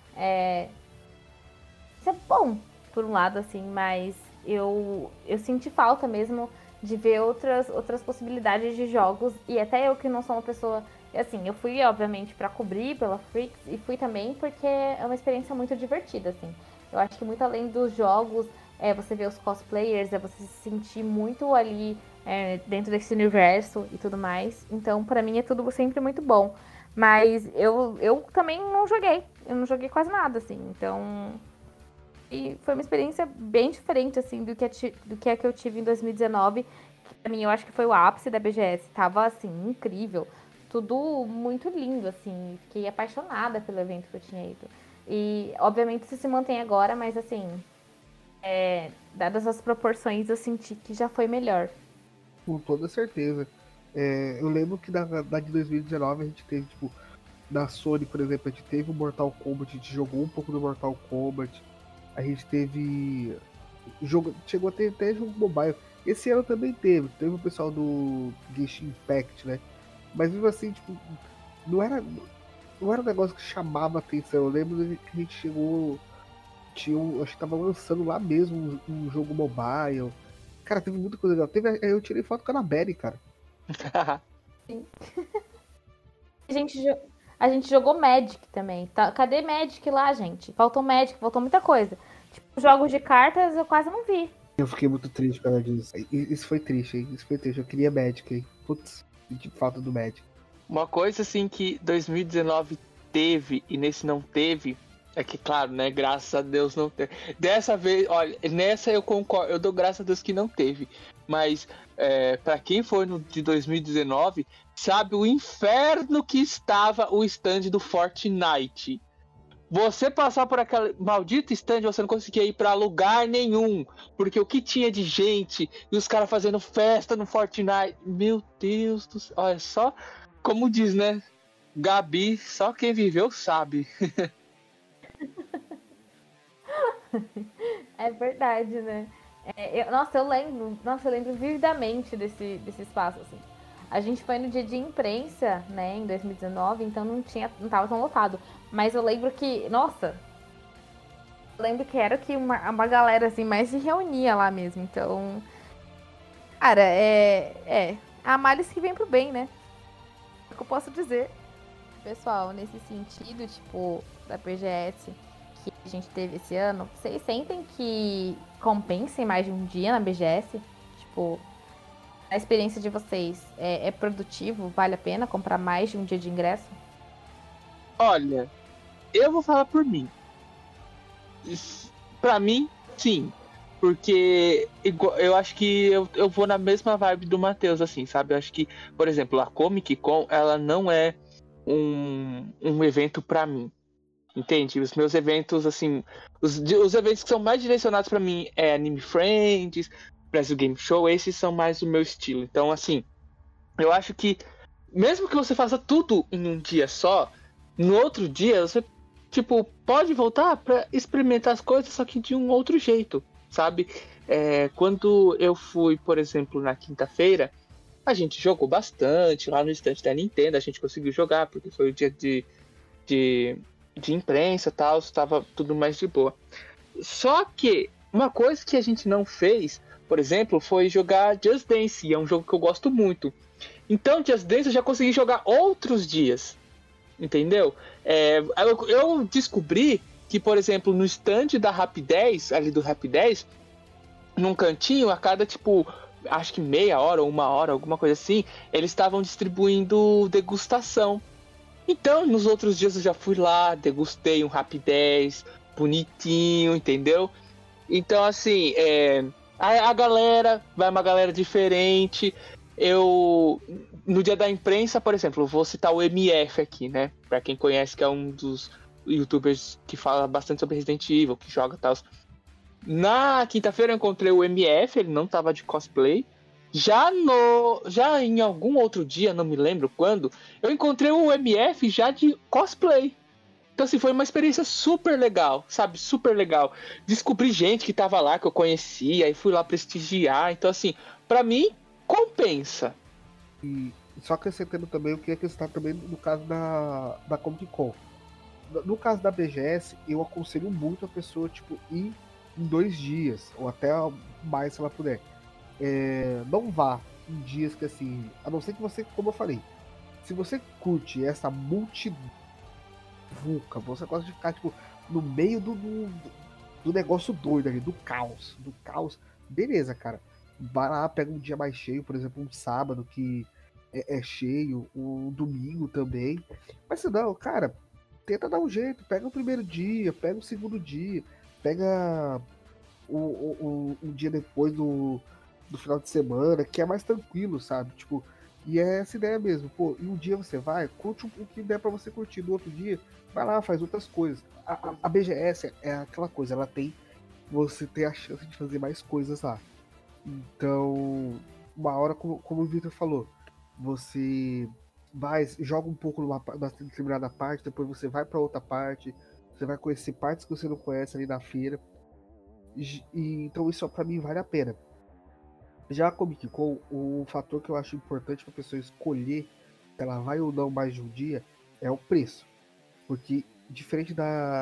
Isso é bom, por um lado, assim, mas eu senti falta mesmo de ver outras possibilidades de jogos. E até eu que não sou uma pessoa... Assim, eu fui, obviamente, pra cobrir pela Freaks e fui também porque é uma experiência muito divertida, assim. Eu acho que muito além dos jogos, você ver os cosplayers, você se sentir muito ali dentro desse universo e tudo mais. Então, pra mim, é tudo sempre muito bom. Mas eu também não joguei. Eu não joguei quase nada, assim. Então... E foi uma experiência bem diferente, assim, do que a que eu tive em 2019. Que, pra mim, eu acho que foi o ápice da BGS. Tava, assim, incrível. Tudo muito lindo, assim. Fiquei apaixonada pelo evento que eu tinha ido. E, obviamente, isso se mantém agora, mas, assim... dadas as proporções, eu senti que já foi melhor. Com toda certeza. Eu lembro que da de 2019 a gente teve, tipo... Na Sony, por exemplo, a gente teve o Mortal Kombat. A gente jogou um pouco do Mortal Kombat. A gente teve... Chegou a ter até jogo mobile. Esse ano também teve o pessoal do Genshin Impact, né? Mas mesmo assim, tipo, não era um negócio que chamava atenção. Eu lembro que a gente chegou... acho que tava lançando lá mesmo um jogo mobile. Cara, teve muita coisa legal. Eu tirei foto com a Anabelle, cara. Sim. A gente jogou Magic também. Cadê Magic lá, gente? Faltou Magic, faltou muita coisa. Tipo, jogos de cartas eu quase não vi. Eu fiquei muito triste por causa disso. Isso foi triste, hein? Isso foi triste. Eu queria Magic, hein? Putz, senti falta do Magic. Uma coisa assim que 2019 teve e nesse não teve, é que, claro, né? Graças a Deus não teve. Dessa vez, olha, nessa eu concordo, eu dou graças a Deus que não teve. Mas, pra quem foi no de 2019, sabe o inferno que estava o stand do Fortnite. Você passar por aquele maldito stand, você não conseguia ir pra lugar nenhum. Porque o que tinha de gente e os caras fazendo festa no Fortnite. Meu Deus do céu. Olha só, como diz, né? Gabi, só quem viveu sabe. É verdade, né? Eu lembro vividamente desse espaço, assim. A gente foi no dia de imprensa, né, em 2019, então não tava tão lotado. Mas eu lembro que, nossa, era que uma galera, assim, mais se reunia lá mesmo. Então, cara, a malice que vem pro bem, né? É o que eu posso dizer. Pessoal, nesse sentido, tipo, da BGS que a gente teve esse ano, vocês sentem que compensem mais de um dia na BGS? Tipo, a experiência de vocês é produtivo? Vale a pena comprar mais de um dia de ingresso? Olha, eu vou falar por mim. Pra mim, sim. Porque eu acho que eu vou na mesma vibe do Matheus, assim, sabe? Eu acho que, por exemplo, a Comic Con, ela não é um evento pra mim. Entende? Os meus eventos, assim... Os eventos que são mais direcionados pra mim é Anime Friends, Brasil Game Show, esses são mais o meu estilo. Então, assim, eu acho que mesmo que você faça tudo em um dia só, no outro dia você, tipo, pode voltar pra experimentar as coisas, só que de um outro jeito, sabe? Quando eu fui, por exemplo, na quinta-feira, a gente jogou bastante lá no stand da Nintendo, a gente conseguiu jogar, porque foi o dia de imprensa e tal, estava tudo mais de boa. Só que uma coisa que a gente não fez por exemplo, foi jogar Just Dance, e é um jogo que eu gosto muito. Então, Just Dance eu já consegui jogar outros dias, entendeu? Eu descobri que, por exemplo, no stand da Rap10, ali do Rap10, num cantinho, a cada, tipo, acho que meia hora ou uma hora, alguma coisa assim, eles estavam distribuindo degustação. Então, nos outros dias eu já fui lá, degustei um Rap10 bonitinho, entendeu? Então, assim, a galera, vai uma galera diferente. No dia da imprensa, por exemplo, eu vou citar o MF aqui, né? Pra quem conhece, que é um dos youtubers que fala bastante sobre Resident Evil, que joga e tal. Na quinta-feira eu encontrei o MF, ele não tava de cosplay. Já em algum outro dia, não me lembro quando, eu encontrei o MF já de cosplay. Então, assim, foi uma experiência super legal, sabe? Super legal. Descobri gente que tava lá, que eu conhecia, e fui lá prestigiar. Então, assim, pra mim, compensa. E só acrescentando também, eu queria acrescentar também no caso da Comic Con. No caso da BGS, eu aconselho muito a pessoa, tipo, ir em 2 dias, ou até mais se ela puder. Não vá em dias que, assim, a não ser que você, como eu falei, se você curte essa multivuca, você gosta de ficar, tipo, no meio do negócio doido ali, do caos, beleza, cara. Vai lá, pega um dia mais cheio, por exemplo, um sábado que é cheio, um domingo também. Mas se não, cara, tenta dar um jeito, pega o primeiro dia, pega o segundo dia, pega um dia depois do final de semana, que é mais tranquilo, sabe? Tipo, e é essa ideia mesmo, pô, e um dia você vai, curte o que der pra você curtir, no outro dia, vai lá, faz outras coisas. A BGS é aquela coisa, você tem a chance de fazer mais coisas lá. Então, uma hora, como o Victor falou, você joga um pouco numa determinada parte, depois você vai para outra parte, você vai conhecer partes que você não conhece ali na feira. Então isso pra mim vale a pena. Já a Comic Con, o fator que eu acho importante para a pessoa escolher se ela vai ou não mais de um dia é o preço. Porque, diferente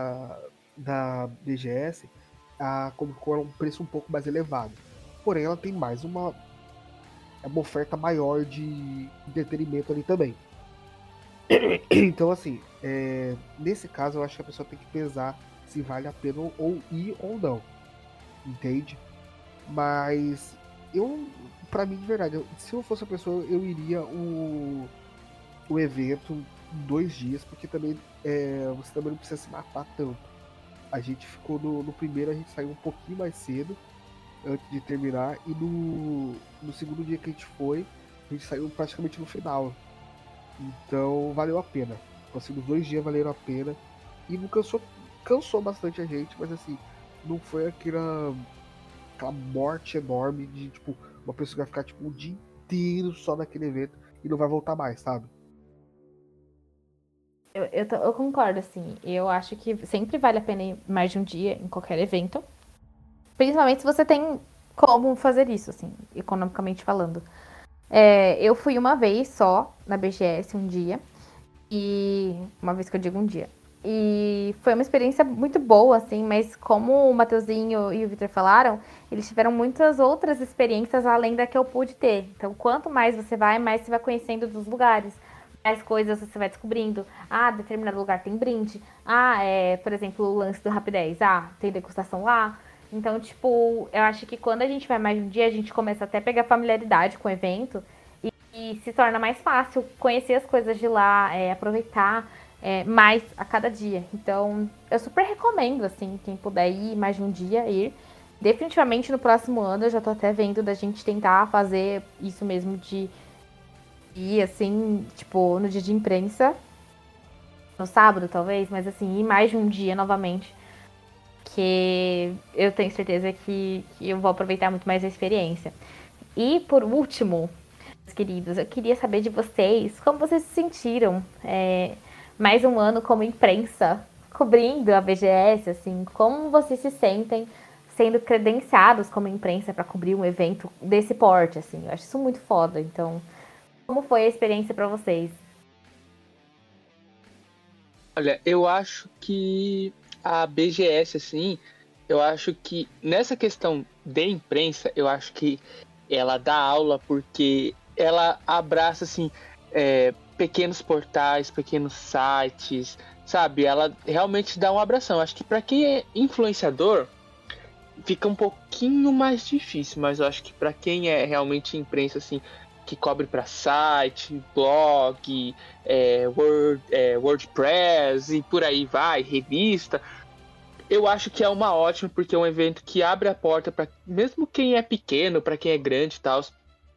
da BGS, a Comic Con é um preço um pouco mais elevado. Porém, ela tem mais uma oferta maior de entretenimento ali também. Então, assim, nesse caso, eu acho que a pessoa tem que pesar se vale a pena ou ir ou não. Entende? Mas pra mim, de verdade, se eu fosse a pessoa, eu iria o evento em 2 dias, porque também você também não precisa se matar tanto. A gente ficou no primeiro, a gente saiu um pouquinho mais cedo antes de terminar, e no segundo dia que a gente saiu praticamente no final. Então valeu a pena. Assim, os 2 dias valeram a pena. E não cansou bastante a gente, mas assim, não foi aquela morte enorme de, tipo, uma pessoa que vai ficar, tipo, um dia inteiro só naquele evento e não vai voltar mais, sabe? Eu concordo, assim. Eu acho que sempre vale a pena ir mais de um dia em qualquer evento. Principalmente se você tem como fazer isso, assim, economicamente falando. Eu fui uma vez só na BGS um dia. E uma vez que eu digo um dia. E foi uma experiência muito boa, assim, mas como o Mateuzinho e o Victor falaram, eles tiveram muitas outras experiências além da que eu pude ter. Então, quanto mais você vai, mais você vai conhecendo dos lugares. Mais coisas você vai descobrindo. Determinado lugar tem brinde. Por exemplo, o lance do Rap10. Tem degustação lá. Então, tipo, eu acho que quando a gente vai mais de um dia, a gente começa até a pegar familiaridade com o evento. E se torna mais fácil conhecer as coisas de lá, aproveitar mais a cada dia. Então, eu super recomendo, assim, quem puder ir mais de um dia, ir. Definitivamente no próximo ano, eu já tô até vendo da gente tentar fazer isso mesmo de ir, assim, tipo, no dia de imprensa. No sábado, talvez, mas assim, ir mais de um dia novamente. Que eu tenho certeza que eu vou aproveitar muito mais a experiência. E, por último, queridos, eu queria saber de vocês, como vocês se sentiram mais um ano como imprensa, cobrindo a BGS, assim, como vocês se sentem sendo credenciados como imprensa para cobrir um evento desse porte, assim, eu acho isso muito foda, então, como foi a experiência para vocês? Olha, eu acho que a BGS, assim, eu acho que nessa questão de imprensa, eu acho que ela dá aula porque ela abraça, assim, pequenos portais, pequenos sites, sabe? Ela realmente dá um abração. Acho que para quem é influenciador, fica um pouquinho mais difícil, mas eu acho que para quem é realmente imprensa, assim, que cobre para site, blog, WordPress e por aí vai, revista, eu acho que é uma ótima, porque é um evento que abre a porta para mesmo quem é pequeno, para quem é grande e tal.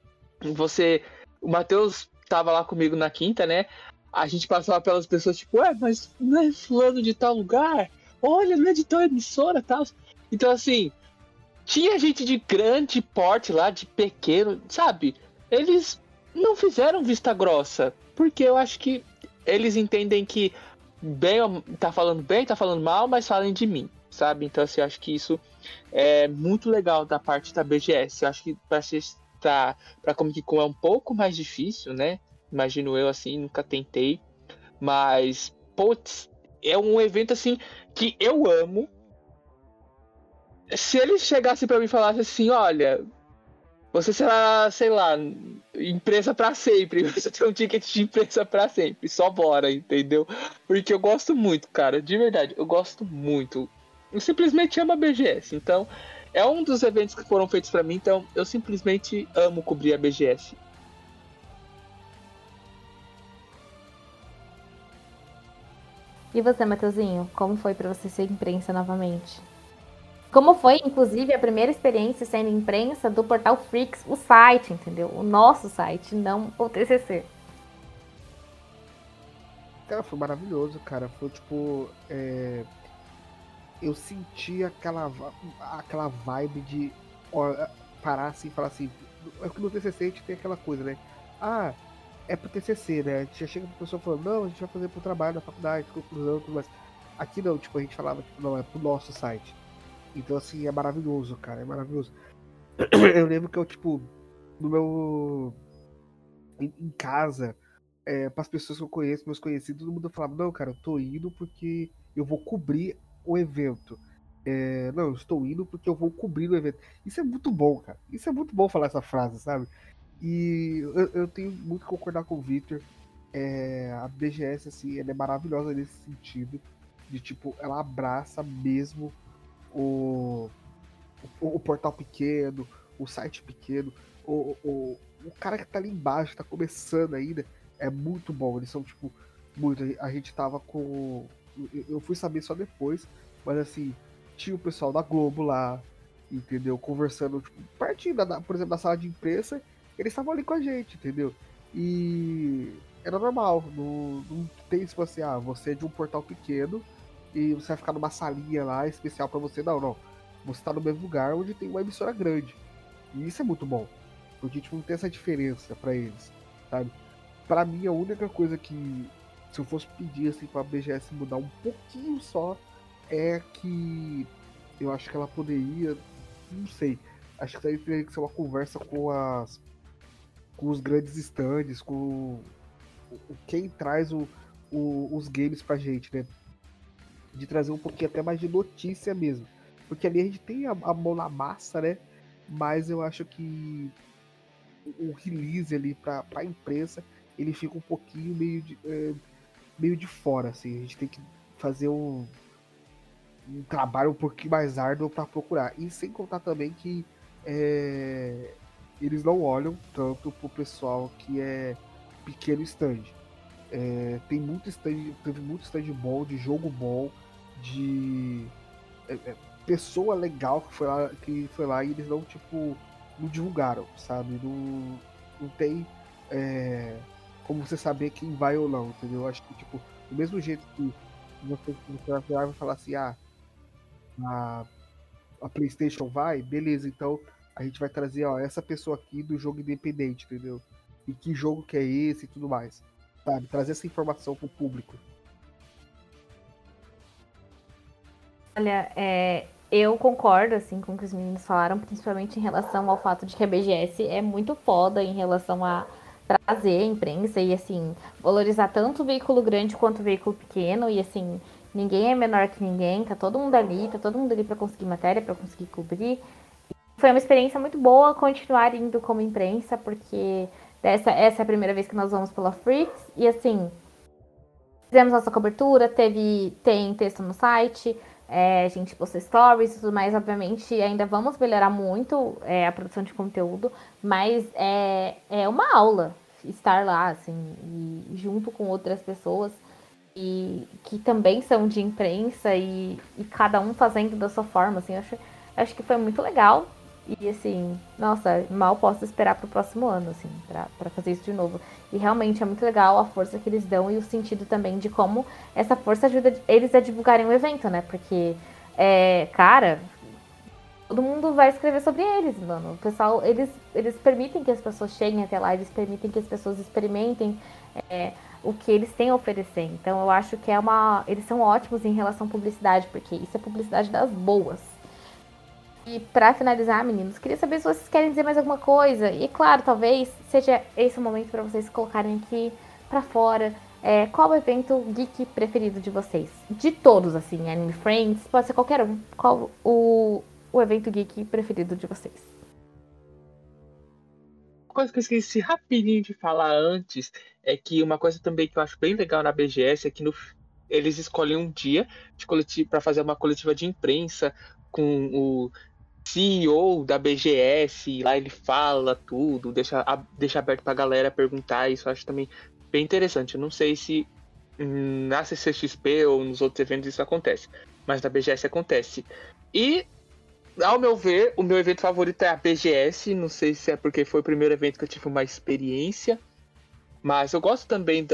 O Matheus tava lá comigo na quinta, né? A gente passava pelas pessoas tipo, mas não é fulano de tal lugar? Olha, não é de tal emissora e tal. Então, assim, tinha gente de grande porte lá, de pequeno, sabe? Eles não fizeram vista grossa, porque eu acho que eles entendem que tá falando mal, mas falem de mim, sabe? Então, assim, eu acho que isso é muito legal da parte da BGS. Eu acho que pra Comic Con é um pouco mais difícil, né? Imagino eu, assim, nunca tentei. Mas, putz, é um evento, assim, que eu amo. Se eles chegassem pra mim e falassem assim, olha, você será, sei lá, imprensa pra sempre. Você tem um ticket de imprensa pra sempre. Só bora, entendeu? Porque eu gosto muito, cara. De verdade, eu gosto muito. Eu simplesmente amo a BGS. Então, é um dos eventos que foram feitos pra mim. Então, eu simplesmente amo cobrir a BGS. E você, Matheusinho? Como foi pra você ser imprensa novamente? Como foi, inclusive, a primeira experiência sendo imprensa do Portal Freaks, o site, entendeu? O nosso site, não o TCC. Cara, foi maravilhoso, cara. Foi tipo. Eu senti aquela vibe de parar assim e falar assim. É que no TCC a gente tem aquela coisa, né? Ah, é pro TCC, né? A gente já chega pra pessoa falando, não, a gente vai fazer pro trabalho da faculdade, conclusão, tudo mais. Aqui não, tipo, a gente falava, tipo, não, é pro nosso site. Então, assim, é maravilhoso, cara, é maravilhoso. Eu lembro que eu, tipo, no meu. Em casa, para as pessoas que eu conheço, meus conhecidos, todo mundo falava, não, cara, eu tô indo porque eu vou cobrir o evento. Não, eu estou indo porque eu vou cobrir o evento. Isso é muito bom, cara. Isso é muito bom falar essa frase, sabe? E eu tenho muito que concordar com o Victor. A BGS, assim, ela é maravilhosa nesse sentido. De, tipo, ela abraça mesmo o portal pequeno, o site pequeno, o cara que tá ali embaixo, tá começando ainda, é muito bom. Eles são, tipo, muito. A gente tava com. Eu fui saber só depois, mas assim, tinha o pessoal da Globo lá, entendeu? Conversando, tipo, pertinho, por exemplo, da sala de imprensa, eles estavam ali com a gente, entendeu? E era normal, não tem tipo assim, você é de um portal pequeno e você vai ficar numa salinha lá especial pra você, não. Você tá no mesmo lugar onde tem uma emissora grande. E isso é muito bom. Porque tipo, não tem essa diferença pra eles, sabe? Pra mim, a única coisa que, se eu fosse pedir assim pra BGS mudar um pouquinho só, é que eu acho que ela poderia, não sei, acho que teria que ser uma conversa com os grandes stands, com quem traz os games pra gente, né? De trazer um pouquinho até mais de notícia mesmo. Porque ali a gente tem a mão na massa, né? Mas eu acho que o release ali pra imprensa, ele fica um pouquinho meio de fora, assim. A gente tem que fazer um trabalho um pouquinho mais árduo para procurar. E sem contar também que eles não olham tanto pro pessoal que é pequeno stand. Teve muito stand bom, de jogo bom, de pessoa legal que foi lá e eles não, tipo, não divulgaram, sabe? Não tem como você saber quem vai ou não, entendeu? Eu acho que, tipo, do mesmo jeito que você vai falar assim, a PlayStation vai, beleza, então a gente vai trazer, essa pessoa aqui do jogo independente, entendeu? E que jogo que é esse e tudo mais, sabe? Trazer essa informação pro público. Olha, eu concordo, assim, com o que os meninos falaram, principalmente em relação ao fato de que a BGS é muito foda em relação a trazer a imprensa e, assim, valorizar tanto o veículo grande quanto o veículo pequeno e, assim, ninguém é menor que ninguém, tá todo mundo ali pra conseguir matéria, pra conseguir cobrir. Foi uma experiência muito boa continuar indo como imprensa, porque essa é a primeira vez que nós vamos pela Freaks, e assim, fizemos nossa cobertura, tem texto no site, a gente postou stories e tudo mais, obviamente ainda vamos melhorar muito a produção de conteúdo, mas é uma aula estar lá, assim, e junto com outras pessoas e que também são de imprensa e cada um fazendo da sua forma, assim, eu acho que foi muito legal. E assim, nossa, mal posso esperar pro próximo ano, assim, pra fazer isso de novo. E realmente é muito legal a força que eles dão e o sentido também de como essa força ajuda eles a divulgarem o evento, né? Porque, cara, todo mundo vai escrever sobre eles, mano. O pessoal, eles permitem que as pessoas cheguem até lá, eles permitem que as pessoas experimentem o que eles têm a oferecer. Então eu acho que eles são ótimos em relação à publicidade, porque isso é publicidade das boas. E pra finalizar, meninos, queria saber se vocês querem dizer mais alguma coisa. E claro, talvez seja esse o momento pra vocês colocarem aqui pra fora qual o evento geek preferido de vocês. De todos, assim, Anime Friends, pode ser qualquer um. Qual o evento geek preferido de vocês? Uma coisa que eu esqueci rapidinho de falar antes é que uma coisa também que eu acho bem legal na BGS é que eles escolhem um dia para fazer uma coletiva de imprensa com o CEO da BGS, e lá ele fala tudo, deixa aberto pra galera perguntar, isso eu acho também bem interessante. Eu não sei se na CCXP ou nos outros eventos isso acontece, mas na BGS acontece. E, ao meu ver, o meu evento favorito é a BGS, não sei se é porque foi o primeiro evento que eu tive uma experiência, mas eu gosto também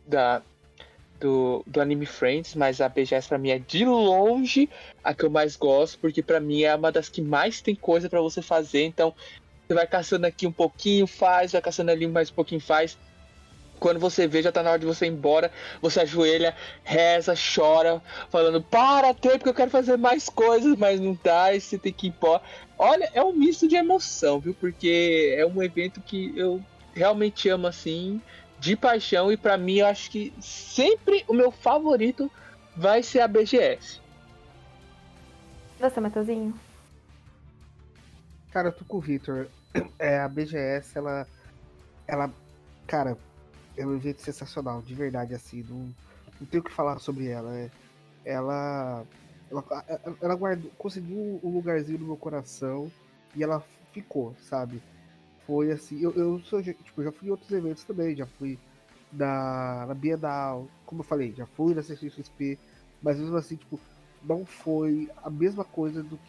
do Anime Friends, mas a BGS pra mim é de longe a que eu mais gosto, porque pra mim é uma das que mais tem coisa pra você fazer, então você vai caçando aqui um pouquinho, faz, vai caçando ali mais um pouquinho, faz. Quando você vê, já tá na hora de você ir embora, você ajoelha, reza, chora, falando, para tempo que eu quero fazer mais coisas, mas não dá, e você tem que ir embora. Olha, é um misto de emoção, viu? Porque é um evento que eu realmente amo, assim, de paixão, e pra mim, eu acho que sempre o meu favorito vai ser a BGS. Você, Matheusinho? Cara, eu tô com o Victor. A BGS, ela, cara, é um evento sensacional, de verdade, assim, não tenho o que falar sobre ela. Ela conseguiu um lugarzinho no meu coração e ela ficou, sabe? Foi assim, eu já fui em outros eventos também, já fui na Bienal, como eu falei, já fui na CCXP, mas mesmo assim, tipo, não foi a mesma coisa do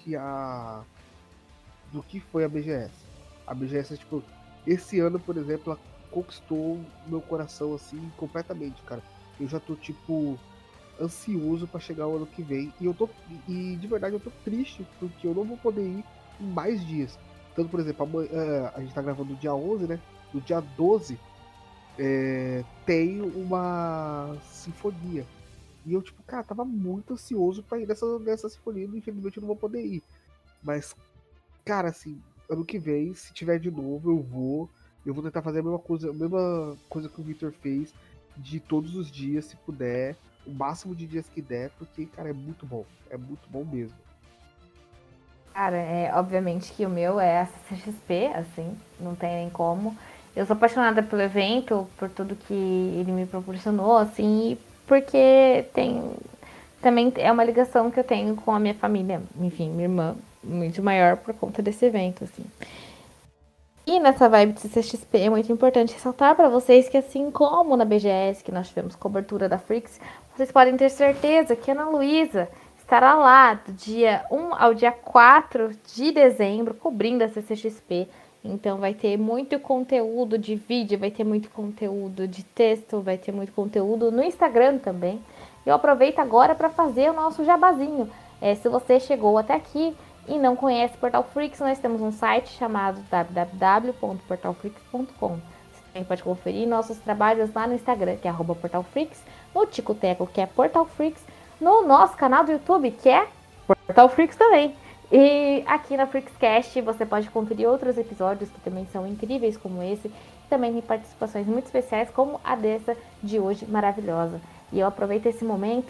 que foi a BGS. A BGS, tipo, esse ano, por exemplo, ela conquistou meu coração, assim, completamente, cara. Eu já tô, tipo, ansioso pra chegar o ano que vem. E de verdade eu tô triste, porque eu não vou poder ir em mais dias. Então, por exemplo, amanhã, a gente tá gravando no dia 11, né? No dia 12 tem uma sinfonia. E eu, tipo, cara, tava muito ansioso pra ir nessa sinfonia. E infelizmente eu não vou poder ir. Mas, cara, assim, ano que vem, se tiver de novo, eu vou. Eu vou tentar fazer a mesma coisa que o Victor fez, de todos os dias, se puder, o máximo de dias que der, porque, cara, é muito bom mesmo. Cara, obviamente que o meu é a CCXP, assim, não tem nem como. Eu sou apaixonada pelo evento, por tudo que ele me proporcionou, assim, porque também é uma ligação que eu tenho com a minha família, enfim, minha irmã, muito maior por conta desse evento, assim. E nessa vibe de CCXP é muito importante ressaltar para vocês que, assim como na BGS, que nós tivemos cobertura da Freaks, vocês podem ter certeza que a Ana Luísa estará lá do dia 1 ao dia 4 de dezembro, cobrindo a CCXP. Então vai ter muito conteúdo de vídeo, vai ter muito conteúdo de texto, vai ter muito conteúdo no Instagram também. Eu aproveito agora para fazer o nosso jabazinho. Se você chegou até aqui e não conhece o Portal Freaks, nós temos um site chamado www.portalfreaks.com. Você também pode conferir nossos trabalhos lá no Instagram, que é @portalfreaks, no Ticoteco, que é Portal Freaks, no nosso canal do YouTube, que é Portal Freaks também. E aqui na Freakscast você pode conferir outros episódios que também são incríveis como esse. Também tem participações muito especiais como a dessa de hoje, maravilhosa. E eu aproveito esse momento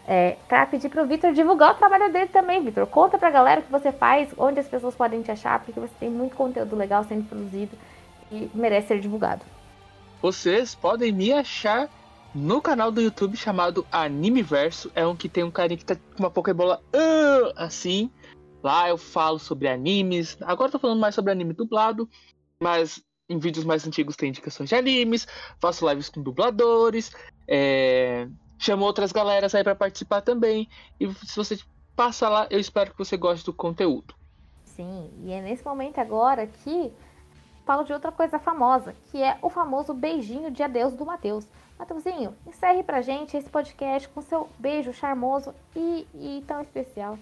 Pra pedir pro Vitor divulgar o trabalho dele também, Vitor. Conta pra galera o que você faz, onde as pessoas podem te achar, porque você tem muito conteúdo legal sendo produzido e merece ser divulgado. Vocês podem me achar no canal do YouTube chamado Animeverso. É um que tem um carinha que tá com uma Pokébola assim. Lá eu falo sobre animes. Agora eu tô falando mais sobre anime dublado, mas em vídeos mais antigos tem indicações de animes. Faço lives com dubladores. Chamo outras galeras aí pra participar também. E se você passa lá, eu espero que você goste do conteúdo. Sim, e é nesse momento agora que falo de outra coisa famosa, que é o famoso beijinho de adeus do Matheus. Matheusinho, encerre pra gente esse podcast com seu beijo charmoso e tão especial.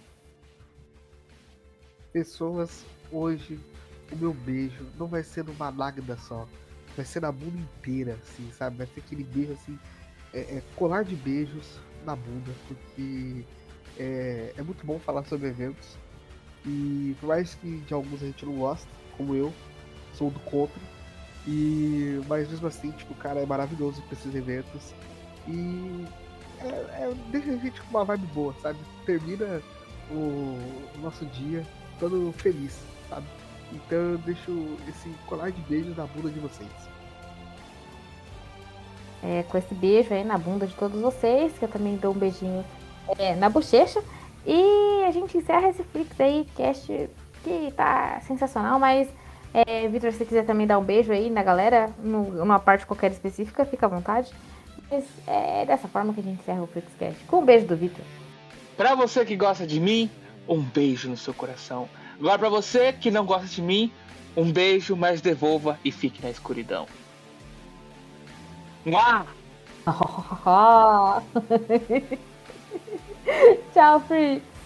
Pessoas, hoje o meu beijo não vai ser numa lágrima só, vai ser na bunda inteira, assim, sabe? Vai ser aquele beijo assim, colar de beijos na bunda, porque é muito bom falar sobre eventos. E por mais que de alguns a gente não gosta, como eu, sou do contra. Mas mesmo assim, tipo, cara, é maravilhoso pra esses eventos. E deixa a gente com uma vibe boa, sabe? Termina o nosso dia todo feliz, sabe? Então eu deixo esse colar de beijos na bunda de vocês. Com esse beijo aí na bunda de todos vocês, que eu também dou um beijinho na bochecha. E a gente encerra esse Flix aí, cast que tá sensacional, mas Vitor, se você quiser também dar um beijo aí na galera, numa parte qualquer específica, fica à vontade. Mas é dessa forma que a gente encerra o Flixcast, com um beijo do Vitor. Pra você que gosta de mim, um beijo no seu coração. Agora pra você que não gosta de mim, um beijo, mas devolva e fique na escuridão. Mua! Tchau, Freaks.